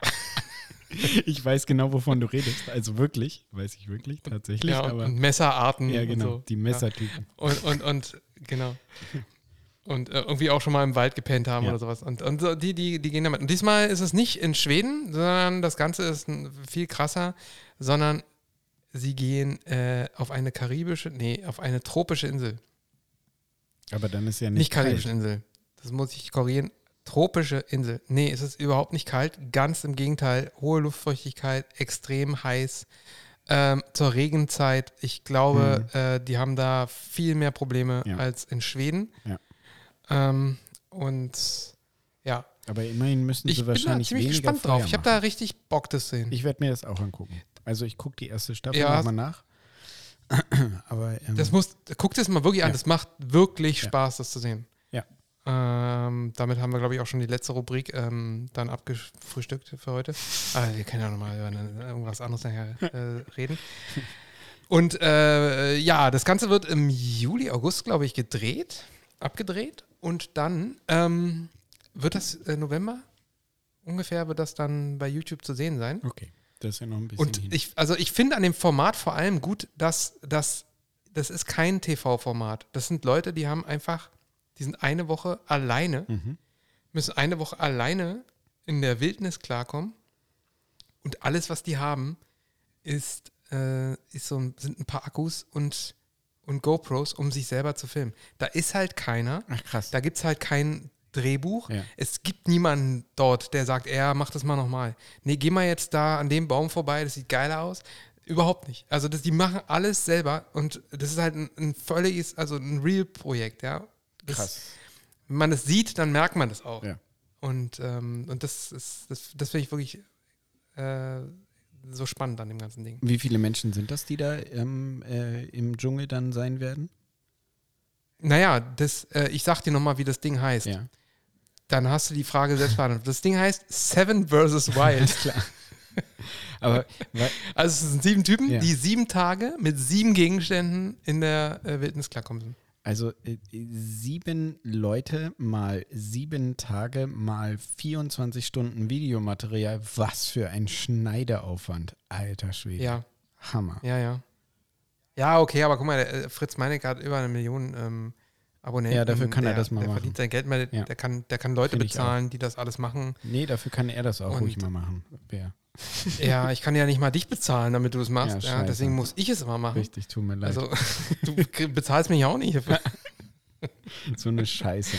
Ich weiß genau, wovon du redest. Also wirklich, weiß ich wirklich, tatsächlich. Ja, aber und Messerarten. ja, genau, und so. die Messertypen. Ja. Und genau. Und irgendwie auch schon mal im Wald gepennt haben oder sowas. Und so, die gehen damit. Und diesmal ist es nicht in Schweden, sondern das Ganze ist viel krasser, sondern sie gehen auf eine auf eine tropische Insel. Aber dann ist ja Nicht kalt. karibische Insel. Das muss ich korrigieren. Tropische Insel. Nee, es ist überhaupt nicht kalt. Ganz im Gegenteil. Hohe Luftfeuchtigkeit, extrem heiß. Zur Regenzeit. Ich glaube, die haben da viel mehr Probleme als in Schweden. Ja. Und ja. Aber immerhin müssen sie wahrscheinlich weniger Ich bin da ziemlich gespannt drauf. Ich habe da richtig Bock, das zu sehen. Ich werde mir das auch angucken. Also ich gucke die erste Staffel nochmal nach. Aber guck dir das mal wirklich an. Ja. Das macht wirklich Spaß, das zu sehen. Ja. Damit haben wir, glaube ich, auch schon die letzte Rubrik dann abgefrühstückt für heute. Aber wir können ja nochmal über irgendwas anderes nachher reden. Und das Ganze wird im Juli, August, glaube ich, abgedreht. Und dann wird das November ungefähr, wird das dann bei YouTube zu sehen sein. Okay, das ist ja noch ein bisschen Und ich finde an dem Format vor allem gut, dass das ist kein TV-Format. Das sind Leute, die sind eine Woche alleine, müssen eine Woche alleine in der Wildnis klarkommen und alles, was die haben, sind ein paar Akkus und GoPros, um sich selber zu filmen. Da ist halt keiner. Ach, krass. Da gibt es halt kein Drehbuch. Ja. Es gibt niemanden dort, der sagt, mach das mal nochmal. Nee, geh mal jetzt da an dem Baum vorbei, das sieht geiler aus. Überhaupt nicht. Also die machen alles selber und das ist halt ein völliges, also ein Real-Projekt, ja. Krass. Wenn man es sieht, dann merkt man das auch. Ja. Und das finde ich wirklich so spannend an dem ganzen Ding. Wie viele Menschen sind das, die da im Dschungel dann sein werden? Naja, ich sag dir nochmal, wie das Ding heißt. Ja. Dann hast du die Frage selbst beantwortet. Das Ding heißt Seven vs. Wild. Klar. Aber, also es sind 7 Typen, die 7 Tage mit 7 Gegenständen in der Wildnis klarkommen sind. Also 7 Leute mal 7 Tage mal 24 Stunden Videomaterial. Was für ein Schneideaufwand. Alter Schwede. Ja. Hammer. Ja. Ja, okay, aber guck mal, Fritz Meinecke hat über 1 Million Abonnenten. Ja, dafür kann er das mal machen. Der verdient sein Geld mehr, der kann Leute bezahlen, die das alles machen. Nee, dafür kann er das auch ruhig mal machen. Ja, ich kann ja nicht mal dich bezahlen, damit du es machst. Ja, deswegen muss ich es immer machen. Richtig, tut mir leid. Also, du bezahlst mich auch nicht dafür. So eine Scheiße.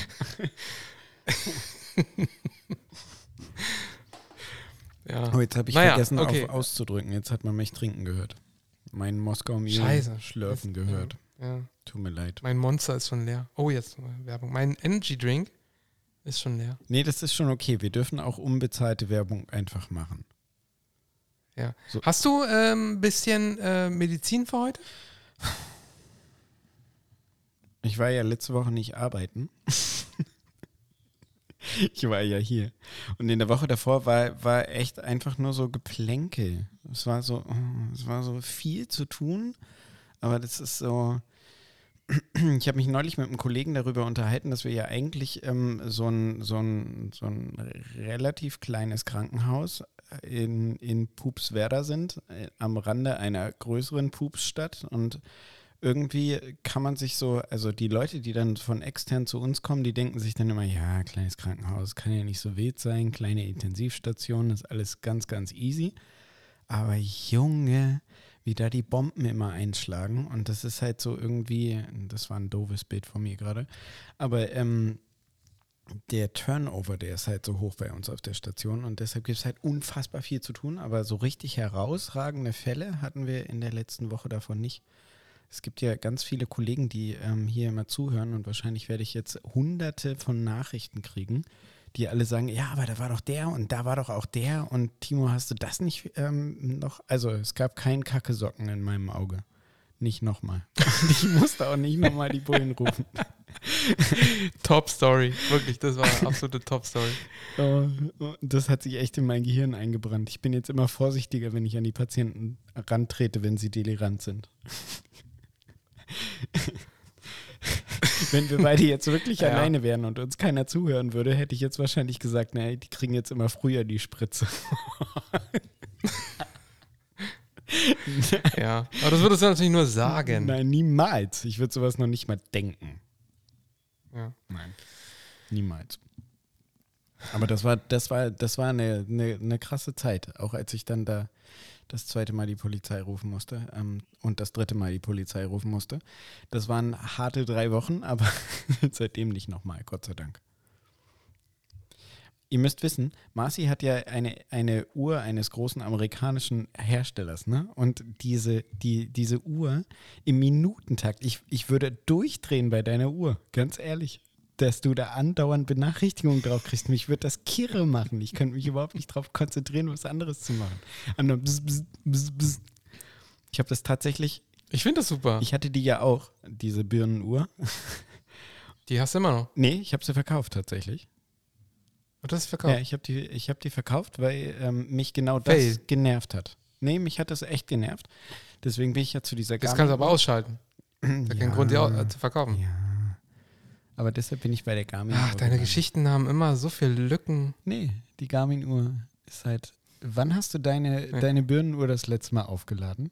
Ja. Oh, jetzt habe ich vergessen auszudrücken. Jetzt hat man mich trinken gehört. Mein Moskau Mule schlürfen gehört. Ja. Tut mir leid. Mein Monster ist schon leer. Oh, jetzt Werbung. Mein Energy Drink ist schon leer. Nee, das ist schon okay. Wir dürfen auch unbezahlte Werbung einfach machen. Ja. So. Hast du ein bisschen Medizin für heute? Ich war ja letzte Woche nicht arbeiten. Ich war ja hier. Und in der Woche davor war echt einfach nur so Geplänkel. Es war so viel zu tun, aber das ist so. Ich habe mich neulich mit einem Kollegen darüber unterhalten, dass wir ja eigentlich so ein relativ kleines Krankenhaus in Pupswerda sind, am Rande einer größeren Pupsstadt, und irgendwie kann man sich so, also die Leute, die dann von extern zu uns kommen, die denken sich dann immer, ja, kleines Krankenhaus, kann ja nicht so wild sein, kleine Intensivstation, ist alles ganz, ganz easy. Aber Junge, wie da die Bomben immer einschlagen, und das ist halt so irgendwie, das war ein doofes Bild von mir gerade, aber der Turnover, der ist halt so hoch bei uns auf der Station, und deshalb gibt es halt unfassbar viel zu tun, aber so richtig herausragende Fälle hatten wir in der letzten Woche davon nicht. Es gibt ja ganz viele Kollegen, die hier immer zuhören, und wahrscheinlich werde ich jetzt hunderte von Nachrichten kriegen, die alle sagen, ja, aber da war doch der und da war doch auch der, und Timo, hast du das nicht noch? Also es gab keinen Kackesocken in meinem Auge. Nicht nochmal. Ich musste auch nicht nochmal die Bullen rufen. Top Story, wirklich, das war eine absolute Top Story. Das hat sich echt in mein Gehirn eingebrannt. Ich bin jetzt immer vorsichtiger, wenn ich an die Patienten rantrete, wenn sie delirant sind. Wenn wir beide jetzt wirklich alleine wären und uns keiner zuhören würde, hätte ich jetzt wahrscheinlich gesagt, nee, die kriegen jetzt immer früher die Spritze. Ja, aber das würdest du natürlich nur sagen. Nein, niemals. Ich würde sowas noch nicht mal denken. Ja. Nein, niemals. Aber das war eine krasse Zeit, auch als ich dann da das zweite Mal die Polizei rufen musste und das dritte Mal die Polizei rufen musste. Das waren harte 3 Wochen, aber seitdem nicht nochmal, Gott sei Dank. Ihr müsst wissen, Marci hat ja eine Uhr eines großen amerikanischen Herstellers, ne? Und diese Uhr im Minutentakt, ich würde durchdrehen bei deiner Uhr, ganz ehrlich, dass du da andauernd Benachrichtigungen drauf kriegst. Mich würde das kirre machen. Ich könnte mich überhaupt nicht darauf konzentrieren, was anderes zu machen. Ich habe das tatsächlich. Ich finde das super. Ich hatte die ja auch, diese Birnenuhr. Die hast du immer noch? Nee, ich habe sie verkauft tatsächlich. Und das ist verkauft? Ja, ich hab die verkauft, weil mich genau das genervt hat. Nee, mich hat das echt genervt. Deswegen bin ich ja zu dieser Garmin. Das kannst du aber ausschalten. Da kein Grund, die zu verkaufen. Ja. Aber deshalb bin ich bei der Garmin. Ach, deine Geschichten haben immer so viele Lücken. Nee, die Garmin-Uhr ist halt. Wann hast du deine Birnenuhr das letzte Mal aufgeladen?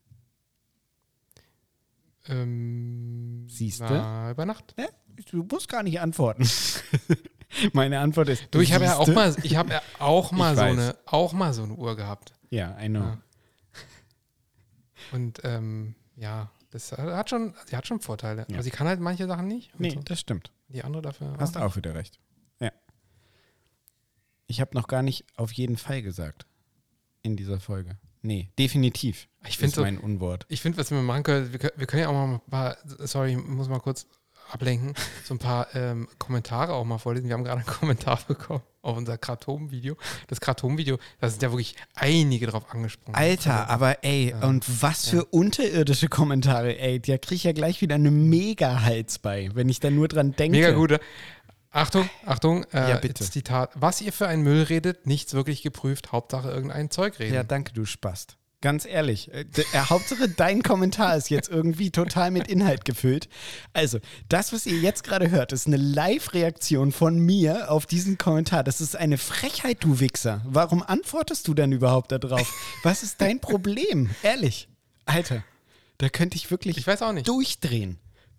Siehst du? Über Nacht. Ja, du musst gar nicht antworten. Meine Antwort ist. Du, ich habe ja auch mal so eine Uhr gehabt. Ja, I know. Ja. Und sie hat schon Vorteile. Ja. Aber sie kann halt manche Sachen nicht. Nee, so. Das stimmt. Die andere dafür. Hast du auch wieder recht. Ja. Ich habe noch gar nicht auf jeden Fall gesagt in dieser Folge. Nee, definitiv. Ich ist mein Unwort. Ich finde, was wir machen können, wir können ja auch mal ein paar, sorry, ich muss mal kurz ablenken, so ein paar Kommentare auch mal vorlesen. Wir haben gerade einen Kommentar bekommen auf unser Kratom-Video. Das Kratom-Video, da sind ja wirklich einige drauf angesprochen. Alter, aber ey, und was für unterirdische Kommentare, ey. Da kriege ich ja gleich wieder eine Mega-Hals bei, wenn ich da nur dran denke. Mega gute. Achtung, ja, bitte. Zitat. Was ihr für einen Müll redet, nichts wirklich geprüft, Hauptsache irgendein Zeug reden. Ja, danke, du Spast. Ganz ehrlich, Hauptsache dein Kommentar ist jetzt irgendwie total mit Inhalt gefüllt. Also, das, was ihr jetzt gerade hört, ist eine Live-Reaktion von mir auf diesen Kommentar. Das ist eine Frechheit, du Wichser. Warum antwortest du denn überhaupt da drauf? Was ist dein Problem? Ehrlich. Alter, da könnte ich wirklich ich weiß auch nicht. Durchdrehen.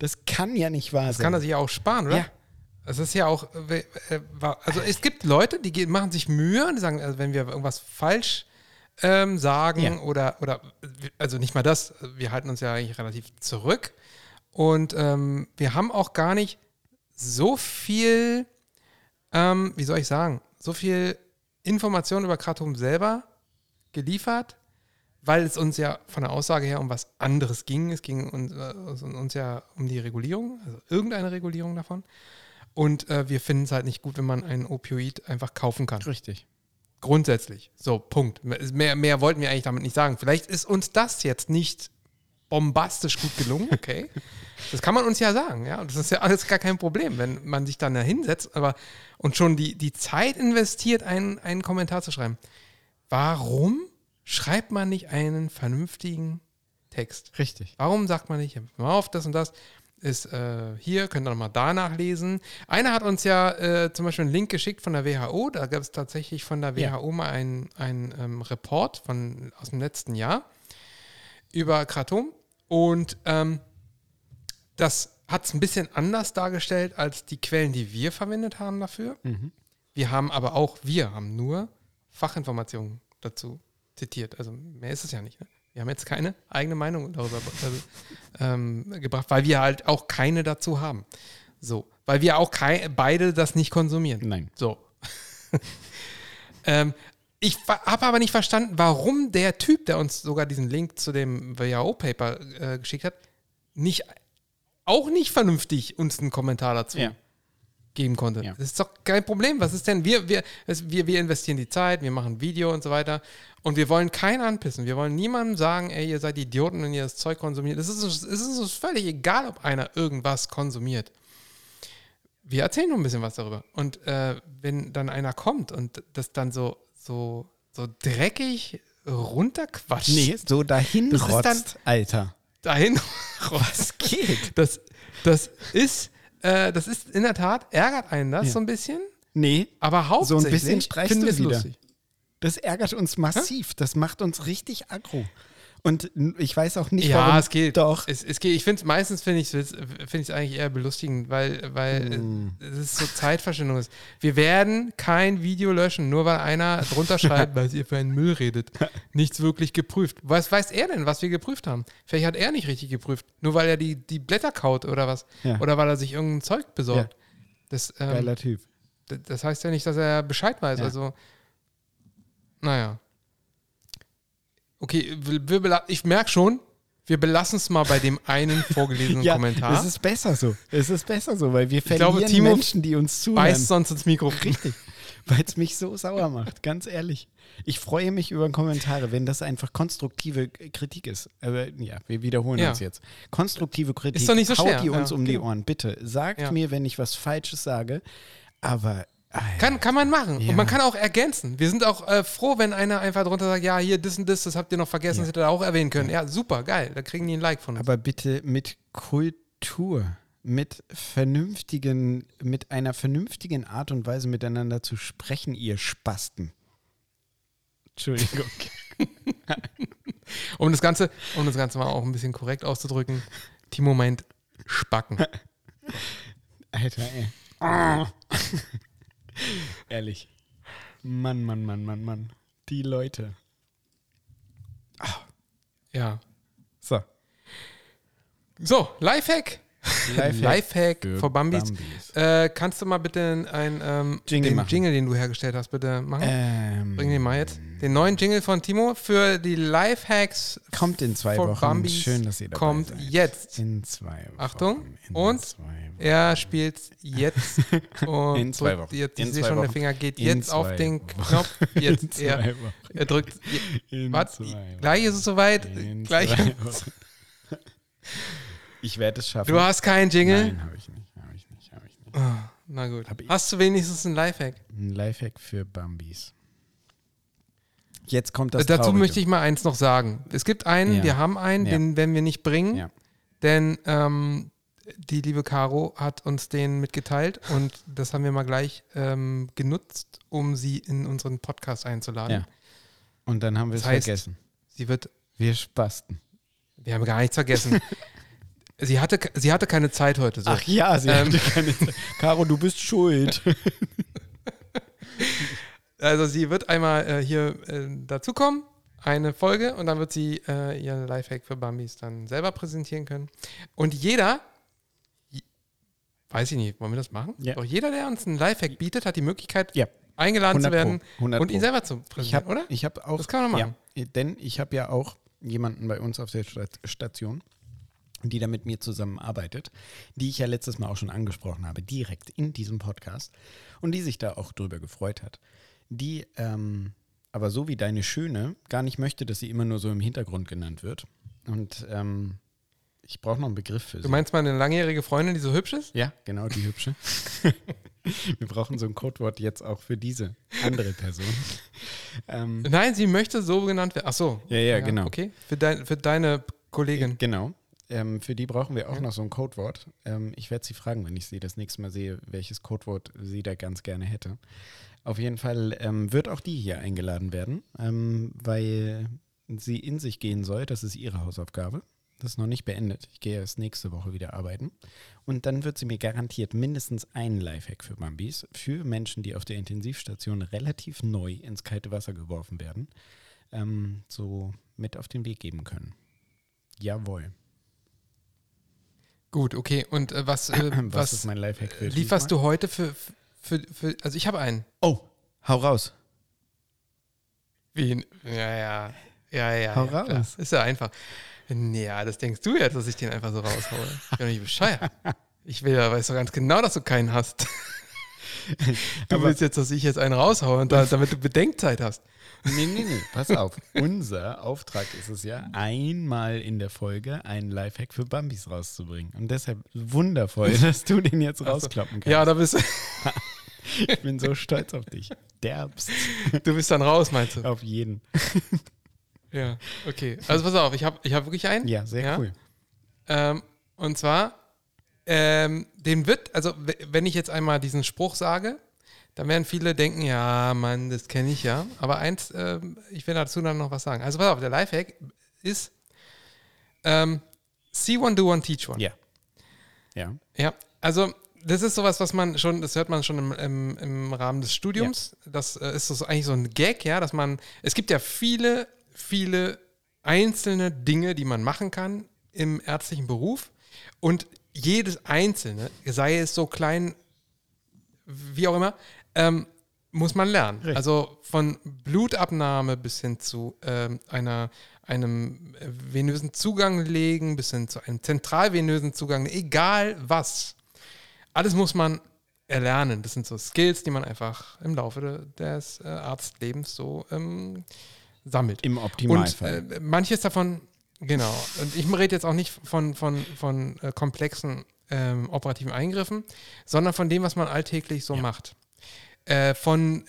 Das kann ja nicht wahr sein. Das kann er sich ja auch sparen, oder? Ja. Es ist ja auch, also es gibt Leute, die machen sich Mühe und die sagen, also wenn wir irgendwas falsch sagen oder, also nicht mal das, wir halten uns ja eigentlich relativ zurück und wir haben auch gar nicht so viel, wie soll ich sagen, so viel Informationen über Kratom selber geliefert, weil es uns ja von der Aussage her um was anderes ging. Es ging uns ja um die Regulierung, also irgendeine Regulierung davon. Und wir finden es halt nicht gut, wenn man ein Opioid einfach kaufen kann. Richtig. Grundsätzlich. So, Punkt. Mehr wollten wir eigentlich damit nicht sagen. Vielleicht ist uns das jetzt nicht bombastisch gut gelungen, okay. Das kann man uns ja sagen, ja. Und das ist ja alles gar kein Problem, wenn man sich dann da hinsetzt und schon die Zeit investiert, einen Kommentar zu schreiben. Warum schreibt man nicht einen vernünftigen Text? Richtig. Warum sagt man nicht, mal auf, das und das ist hier, könnt ihr nochmal da nachlesen. Einer hat uns ja zum Beispiel einen Link geschickt von der WHO, da gab es tatsächlich von der WHO mal einen Report aus dem letzten Jahr über Kratom und das hat es ein bisschen anders dargestellt als die Quellen, die wir verwendet haben dafür. Mhm. Wir haben nur Fachinformationen dazu zitiert, also mehr ist es ja nicht, ne? Wir haben jetzt keine eigene Meinung darüber gebracht, weil wir halt auch keine dazu haben. So, weil wir auch beide das nicht konsumieren. Nein. So. Ich habe aber nicht verstanden, warum der Typ, der uns sogar diesen Link zu dem WHO-Paper geschickt hat, auch nicht vernünftig uns einen Kommentar dazu geben konnte. Ja. Das ist doch kein Problem. Was ist denn? Wir investieren die Zeit, wir machen ein Video und so weiter und wir wollen keinen anpissen. Wir wollen niemandem sagen, ey, ihr seid Idioten, wenn ihr das Zeug konsumiert. Es ist uns völlig egal, ob einer irgendwas konsumiert. Wir erzählen nur ein bisschen was darüber. Und wenn dann einer kommt und das dann so dreckig runterquatscht. Nee, so dahin rotzt, Alter. Dahin was geht? Das ist in der Tat, ärgert einen das so ein bisschen. Nee, aber hauptsächlich so ein bisschen streichst du wieder. Lustig. Das ärgert uns massiv. Hä? Das macht uns richtig aggro. Und ich weiß auch nicht, warum. Ja, es geht. Doch. Es geht. Ich finde es meistens finde ich es eigentlich eher belustigend, weil es ist so Zeitverschwendung ist. Wir werden kein Video löschen, nur weil einer drunter schreibt, weil ihr für einen Müll redet. Nichts wirklich geprüft. Was weiß er denn, was wir geprüft haben? Vielleicht hat er nicht richtig geprüft, nur weil er die Blätter kaut oder was. Ja. Oder weil er sich irgendein Zeug besorgt. Ja. Geiler Typ. Das heißt ja nicht, dass er Bescheid weiß. Ja. Also, naja. Okay, ich merke schon, wir belassen es mal bei dem einen vorgelesenen Kommentar. Es ist besser so. Weil wir verlieren Timo Menschen, die uns zuhören. Beißt sonst ins Mikro. Richtig. Weil es mich so sauer macht, ganz ehrlich. Ich freue mich über Kommentare, wenn das einfach konstruktive Kritik ist. Aber ja, wir wiederholen uns jetzt. Konstruktive Kritik, ist doch nicht so schwer. Haut die uns um die Ohren. Bitte, sagt mir, wenn ich was Falsches sage, aber... Kann man machen. Ja. Und man kann auch ergänzen. Wir sind auch froh, wenn einer einfach drunter sagt, ja, hier, das und das habt ihr noch vergessen, das hättet ihr auch erwähnen können. Ja, super, geil. Da kriegen die ein Like von uns. Aber bitte mit Kultur, mit einer vernünftigen Art und Weise miteinander zu sprechen, ihr Spasten. Entschuldigung. Um das Ganze mal auch ein bisschen korrekt auszudrücken, Timo meint Spacken. Alter, ey. Oh. Ehrlich. Mann. Die Leute. Ja. So, Lifehack. Lifehack für Bambis. Kannst du mal bitte den Jingle, den du hergestellt hast, bitte machen? Bring den mal jetzt. Den neuen Jingle von Timo für die Lifehacks. Kommt in 2 Wochen. Bambis. Schön, dass ihr dabei kommt seid. Jetzt. In 2 Wochen. Achtung. Und er spielt jetzt. Und in 2 Wochen. Jetzt, ich sehe schon, der Finger geht jetzt auf den Knopf. Jetzt. Er drückt. Warte. Gleich ist es soweit. Gleich. Ich werde es schaffen. Du hast keinen Jingle? Nein, habe ich nicht. Oh, na gut. Hast du wenigstens einen Lifehack? Ein Lifehack für Bambis. Jetzt kommt das Dazu Traurige. möchte ich mal eins noch sagen. Es gibt einen, wir haben einen, den werden wir nicht bringen, denn die liebe Caro hat uns den mitgeteilt und das haben wir mal gleich genutzt, um sie in unseren Podcast einzuladen. Ja. Und dann haben wir es vergessen. Sie wird... Wir spasten. Wir haben gar nichts vergessen. Sie hatte keine Zeit heute. So. Ach ja, sie hatte keine Zeit. Caro, du bist schuld. Also sie wird einmal hier dazukommen, eine Folge, und dann wird sie ihren Lifehack für Bambis dann selber präsentieren können. Und jeder, weiß ich nicht, wollen wir das machen? Ja. Doch jeder, der uns einen Lifehack bietet, hat die Möglichkeit, Ja. eingeladen zu 100 werden Pro, 100 und ihn Pro. selber zu präsentieren, oder? Ich habe auch, Das kann man doch machen. Ja, denn ich habe ja auch jemanden bei uns auf der Station, die da mit mir zusammenarbeitet, die ich ja letztes Mal auch schon angesprochen habe, direkt in diesem Podcast, und die sich da auch drüber gefreut hat. Die aber so wie deine Schöne gar nicht möchte, dass sie immer nur so im Hintergrund genannt wird. Und ich brauche noch einen Begriff für sie. Du meinst mal eine langjährige Freundin, die so hübsch ist? Ja, genau, die hübsche. Wir brauchen so ein Codewort jetzt auch für diese andere Person. Nein, sie möchte so genannt werden. Ach so. Ja, genau. Okay, für deine Kollegin. Genau. Für die brauchen wir auch noch so ein Codewort. Ich werde sie fragen, wenn ich sie das nächste Mal sehe, welches Codewort sie da ganz gerne hätte. Auf jeden Fall wird auch die hier eingeladen werden, weil sie in sich gehen soll. Das ist ihre Hausaufgabe. Das ist noch nicht beendet. Ich gehe erst nächste Woche wieder arbeiten. Und dann wird sie mir garantiert mindestens einen Lifehack für Bambis, für Menschen, die auf der Intensivstation relativ neu ins kalte Wasser geworfen werden, so mit auf den Weg geben können. Jawohl. Gut, okay. Und was ist mein Lifehack für lieferst du heute für also ich habe einen. Oh, hau raus. Wie? Ja. Hau raus. Klar. Ist ja einfach. Ja, das denkst du jetzt, dass ich den einfach so raushaue. Ich bin doch nicht bescheuert. Weiß doch ganz genau, dass du keinen hast. Du willst jetzt, dass ich jetzt einen raushaue, und damit du Bedenkzeit hast. Nee, pass auf. Unser Auftrag ist es ja, einmal in der Folge einen Lifehack für Bambis rauszubringen. Und deshalb wundervoll, dass du den jetzt rauskloppen kannst. Ja, da bist du. Ich bin so stolz auf dich. Derbst. Du bist dann raus, meinst du? Auf jeden. Ja, okay. Also pass auf, ich hab wirklich einen. Ja, sehr cool. Und zwar, wenn ich jetzt einmal diesen Spruch sage, dann werden viele denken, ja, Mann, das kenne ich ja. Aber eins, ich will dazu dann noch was sagen. Also pass auf, der Lifehack ist see one, do one, teach one. Ja. Ja, also das ist sowas, das hört man schon im Rahmen des Studiums. Ja. Das ist so eigentlich so ein Gag, ja, es gibt ja viele einzelne Dinge, die man machen kann im ärztlichen Beruf, und jedes einzelne, sei es so klein, wie auch immer, muss man lernen. Richtig. Also von Blutabnahme bis hin zu einem venösen Zugang legen, bis hin zu einem zentralvenösen Zugang, egal was. Alles muss man erlernen. Das sind so Skills, die man einfach im Laufe des Arztlebens so sammelt. Im Optimalfall. Und manches davon, genau. Und ich rede jetzt auch nicht von komplexen operativen Eingriffen, sondern von dem, was man alltäglich so macht. Von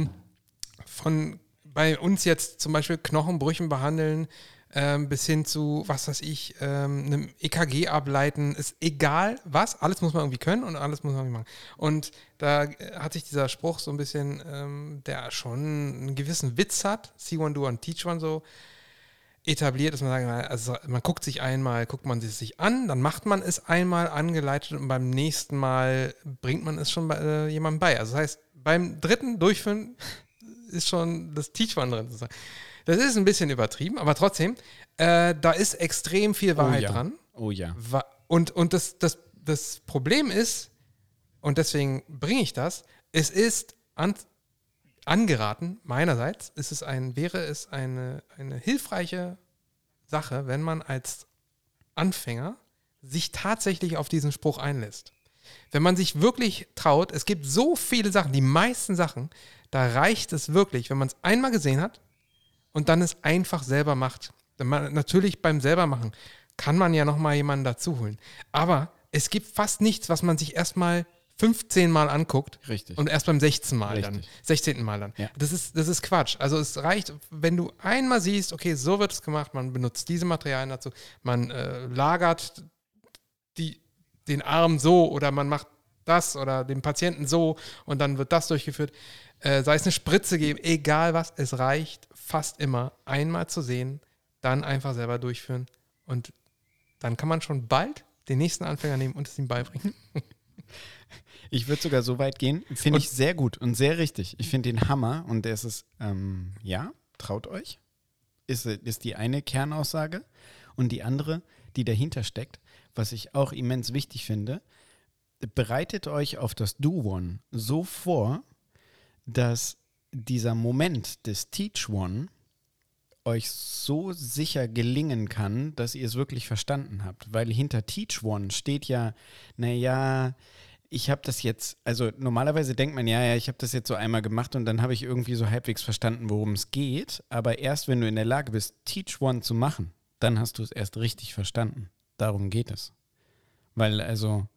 bei uns jetzt zum Beispiel Knochenbrüchen behandeln, bis hin zu, was weiß ich, einem EKG ableiten, ist egal was, alles muss man irgendwie können und alles muss man irgendwie machen. Und da hat sich dieser Spruch so ein bisschen, der schon einen gewissen Witz hat, see one, do one, teach one, so etabliert, dass man sagt, also man guckt man es sich an, dann macht man es einmal angeleitet und beim nächsten Mal bringt man es schon bei jemandem bei. Also das heißt, beim dritten Durchführen ist schon das Teach One drin. Das ist ein bisschen übertrieben, aber trotzdem, da ist extrem viel Wahrheit dran. Oh ja. Und das Problem ist, und deswegen bringe ich das, es ist angeraten, meinerseits, wäre es eine hilfreiche Sache, wenn man als Anfänger sich tatsächlich auf diesen Spruch einlässt. Wenn man sich wirklich traut, es gibt so viele Sachen, die meisten Sachen, da reicht es wirklich, wenn man es einmal gesehen hat und dann es einfach selber macht. Natürlich beim selbermachen kann man ja nochmal jemanden dazu holen. Aber es gibt fast nichts, was man sich erstmal 15 Mal anguckt. Richtig. Und erst beim 16. Mal dann. Ja. Das ist Quatsch. Also es reicht, wenn du einmal siehst, okay, so wird es gemacht, man benutzt diese Materialien dazu, man lagert den Arm so oder man macht das oder den Patienten so und dann wird das durchgeführt. Sei es eine Spritze geben, egal was, es reicht fast immer, einmal zu sehen, dann einfach selber durchführen und dann kann man schon bald den nächsten Anfänger nehmen und es ihm beibringen. Ich würde sogar so weit gehen, finde ich sehr gut und sehr richtig. Ich finde den Hammer und es ist, traut euch, ist die eine Kernaussage. Und die andere, die dahinter steckt, was ich auch immens wichtig finde, bereitet euch auf das Do-One so vor, dass dieser Moment des Teach-One euch so sicher gelingen kann, dass ihr es wirklich verstanden habt. Weil hinter Teach-One steht ja, ich habe das jetzt, also normalerweise denkt man, ich habe das jetzt so einmal gemacht und dann habe ich irgendwie so halbwegs verstanden, worum es geht. Aber erst wenn du in der Lage bist, Teach-One zu machen, dann hast du es erst richtig verstanden. Darum geht es. Weil also,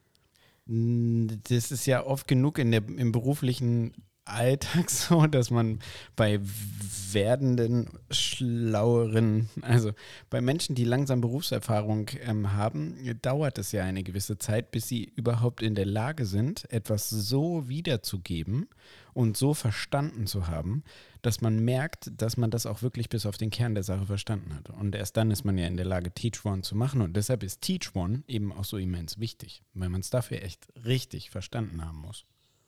das ist ja oft genug im beruflichen Alltag so, dass man bei werdenden, schlaueren, also bei Menschen, die langsam Berufserfahrung haben, dauert es ja eine gewisse Zeit, bis sie überhaupt in der Lage sind, etwas so wiederzugeben und so verstanden zu haben, dass man merkt, dass man das auch wirklich bis auf den Kern der Sache verstanden hat. Und erst dann ist man ja in der Lage, Teach One zu machen. Und deshalb ist Teach One eben auch so immens wichtig, weil man es dafür echt richtig verstanden haben muss.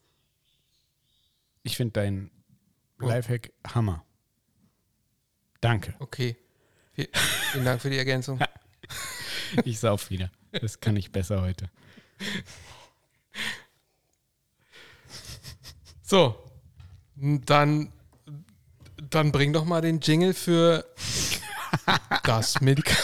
Ich finde dein Lifehack Hammer. Danke. Okay. Vielen Dank für die Ergänzung. Ich sauf wieder. Das kann ich besser heute. So. Dann bring doch mal den Jingle für das Medikament.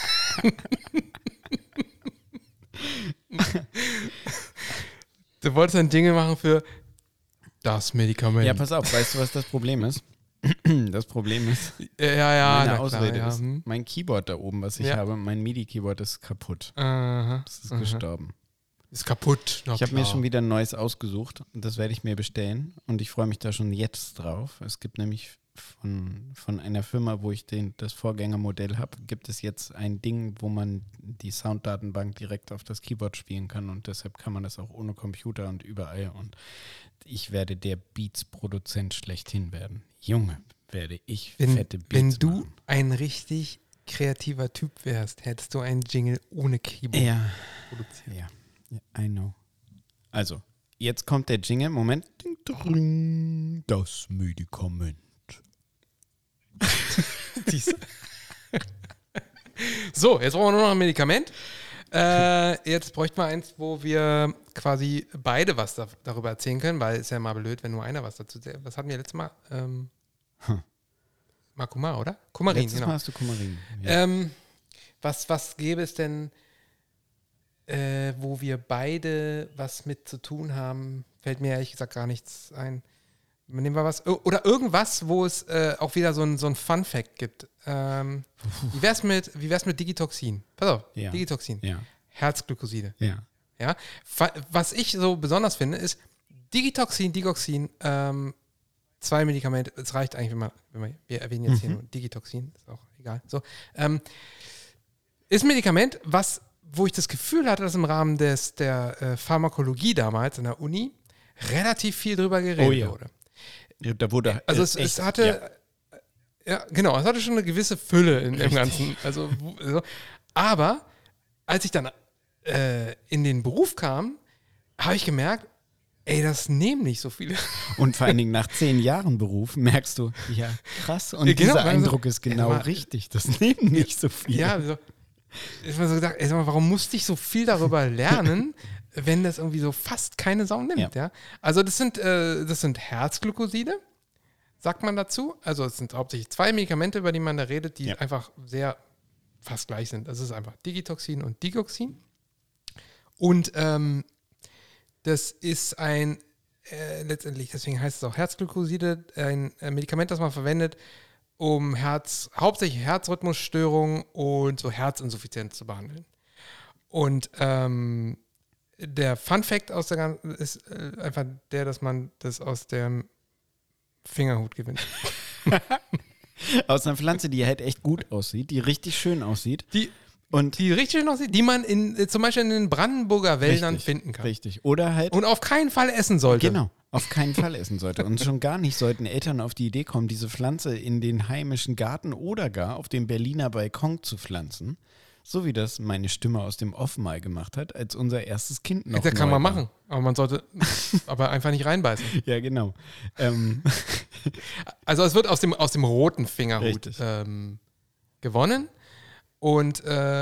Du wolltest einen Jingle machen für das Medikament. Ja, pass auf, weißt du, was das Problem ist? Das Problem ist, meine Ausrede ist, mein Keyboard da oben, was ich habe, mein MIDI-Keyboard ist kaputt. Das ist gestorben. Ist kaputt. Ich habe mir schon wieder ein neues ausgesucht und das werde ich mir bestellen und ich freue mich da schon jetzt drauf. Es gibt nämlich von einer Firma, wo ich das Vorgängermodell habe, gibt es jetzt ein Ding, wo man die Sounddatenbank direkt auf das Keyboard spielen kann und deshalb kann man das auch ohne Computer und überall und ich werde der Beats-Produzent schlechthin werden. Junge, werde ich fette Beats Wenn du machen. ein richtig kreativer Typ wärst, hättest du einen Jingle ohne Keyboard produziert. Ja, I know. Also, jetzt kommt der Jingle. Moment. Das Medikament. So, jetzt brauchen wir nur noch ein Medikament. Jetzt bräuchten wir eins, wo wir quasi beide was darüber erzählen können, weil es ist ja mal blöd, wenn nur einer was dazu erzählt. Was hatten wir letztes Mal? Makuma, oder? Kumarin, letztes Mal hast du Kumarin. Ja. Was gäbe es denn, wo wir beide was mit zu tun haben? Fällt mir ehrlich gesagt gar nichts ein. Nehmen wir was. Oder irgendwas, wo es auch wieder so ein Fun-Fact gibt. Wie wär's mit Digitoxin? Pass auf, Ja. Digitoxin. Ja. Herzglykoside. Ja. Ja? Was ich so besonders finde, ist Digitoxin, Digoxin, 2 Medikamente. Es reicht eigentlich, wenn wir erwähnen jetzt hier nur Digitoxin, ist auch egal. So, ist ein Medikament, wo ich das Gefühl hatte, dass im Rahmen der Pharmakologie damals in der Uni relativ viel drüber geredet wurde. Ja, da wurde also es hatte es hatte schon eine gewisse Fülle im Ganzen. Also, aber als ich dann in den Beruf kam, habe ich gemerkt, das nehmen nicht so viele. Und vor allen Dingen nach 10 Jahren Beruf merkst du, ja, krass. Und dieser Eindruck ist genau richtig. Das nehmen nicht so viele. Ja, ich habe so gedacht, warum musste ich so viel darüber lernen, wenn das irgendwie so fast keine Sau nimmt? Ja. Also das sind Herzglykoside, sagt man dazu. Also es sind hauptsächlich 2 Medikamente, über die man da redet, die einfach sehr fast gleich sind. Das ist einfach Digitoxin und Digoxin. Und das ist letztendlich, deswegen heißt es auch Herzglykoside, ein Medikament, das man verwendet, um hauptsächlich Herzrhythmusstörungen und so Herzinsuffizienz zu behandeln. Und der Fun-Fact aus der ganzen ist einfach der, dass man das aus dem Fingerhut gewinnt. Aus einer Pflanze, die halt echt gut aussieht, die richtig schön aussieht. Die richtig schön aussieht, die man zum Beispiel in den Brandenburger Wäldern finden kann. Richtig. Oder halt. Und auf keinen Fall essen sollte. Genau, auf keinen Fall essen sollte. Und schon gar nicht sollten Eltern auf die Idee kommen, diese Pflanze in den heimischen Garten oder gar auf dem Berliner Balkon zu pflanzen, So wie das meine Stimme aus dem Off mal gemacht hat, als unser erstes Kind noch Das kann man war. machen, aber man sollte aber einfach nicht reinbeißen. Ja, genau. Also es wird aus dem roten Fingerhut gewonnen. Und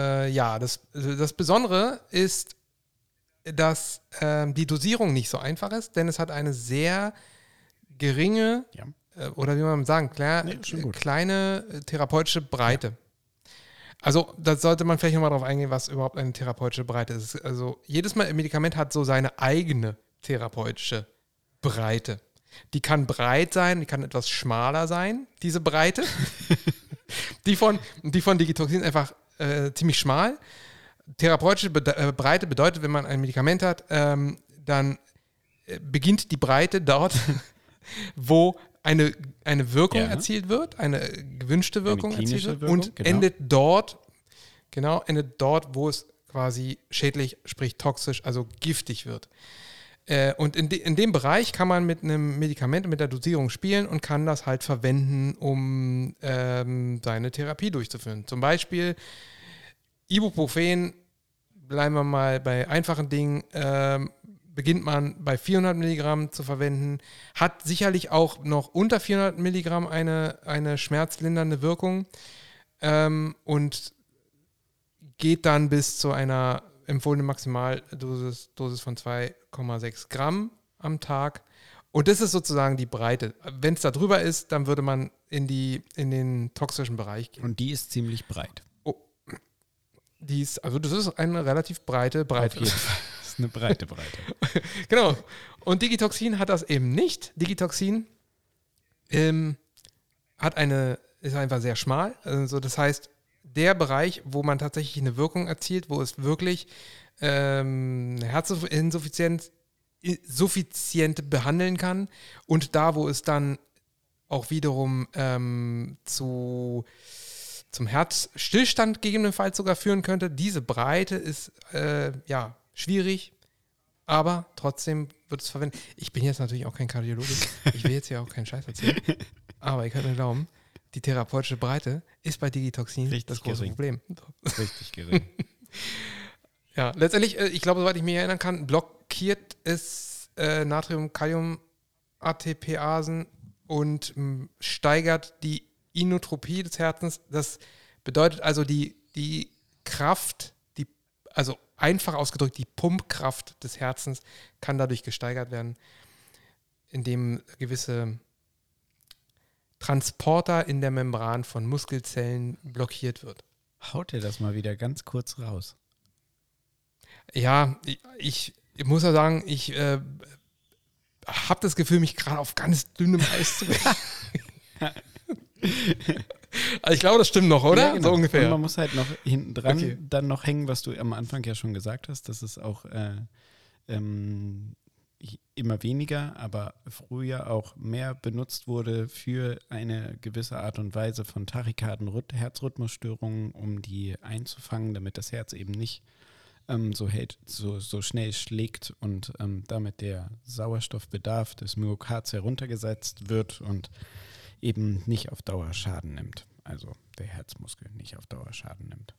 das Besondere ist, dass die Dosierung nicht so einfach ist, denn es hat eine sehr geringe, oder wie man sagen, kleine therapeutische Breite. Ja. Also da sollte man vielleicht nochmal drauf eingehen, was überhaupt eine therapeutische Breite ist. Also jedes Medikament hat so seine eigene therapeutische Breite. Die kann breit sein, die kann etwas schmaler sein, diese Breite. die von Digitoxin ist einfach ziemlich schmal. Therapeutische Breite bedeutet, wenn man ein Medikament hat, dann beginnt die Breite dort, wo eine Wirkung erzielt wird, eine gewünschte Wirkung erzielt wird und endet dort, wo es quasi schädlich, sprich toxisch, also giftig wird. Und in dem Bereich kann man mit einem Medikament, mit der Dosierung spielen und kann das halt verwenden, um seine Therapie durchzuführen. Zum Beispiel Ibuprofen, bleiben wir mal bei einfachen Dingen, beginnt man bei 400 Milligramm zu verwenden, hat sicherlich auch noch unter 400 Milligramm eine schmerzlindernde Wirkung und geht dann bis zu einer empfohlenen Maximaldosis von 2,6 Gramm am Tag. Und das ist sozusagen die Breite. Wenn es da drüber ist, dann würde man in den toxischen Bereich gehen. Und die ist ziemlich breit. Das ist eine relativ breite Breite. Auf jeden Fall. Das ist eine breite Breite. Genau. Und Digitoxin hat das eben nicht. Digitoxin ist einfach sehr schmal. Also das heißt, der Bereich, wo man tatsächlich eine Wirkung erzielt, wo es wirklich Herzinsuffizienz suffizient behandeln kann und da, wo es dann auch wiederum zum Herzstillstand gegebenenfalls sogar führen könnte. Diese Breite ist schwierig, aber trotzdem wird es verwendet. Ich bin jetzt natürlich auch kein Kardiologe, ich will jetzt ja auch keinen Scheiß erzählen, aber ihr könnt mir glauben, die therapeutische Breite ist bei Digitoxin das große Problem. Richtig gering. Ja, letztendlich, ich glaube, soweit ich mich erinnern kann, blockiert es Natrium-Kalium-ATPasen und steigert die Inotropie des Herzens. Das bedeutet also die Kraft, also einfach ausgedrückt, die Pumpkraft des Herzens kann dadurch gesteigert werden, indem gewisse Transporter in der Membran von Muskelzellen blockiert wird. Haut dir das mal wieder ganz kurz raus. Ja, ich muss ja sagen, ich habe das Gefühl, mich gerade auf ganz dünnem Eis zu bewegen. Also ich glaube, das stimmt noch, oder? Ja, genau. So ungefähr. Und man muss halt noch hinten dran dann noch hängen, was du am Anfang ja schon gesagt hast, dass es auch immer weniger, aber früher auch mehr benutzt wurde für eine gewisse Art und Weise von Tachykarden, Herzrhythmusstörungen, um die einzufangen, damit das Herz eben nicht so schnell schlägt und damit der Sauerstoffbedarf des Myokards heruntergesetzt wird und eben nicht auf Dauer Schaden nimmt. Also der Herzmuskel nicht auf Dauer Schaden nimmt.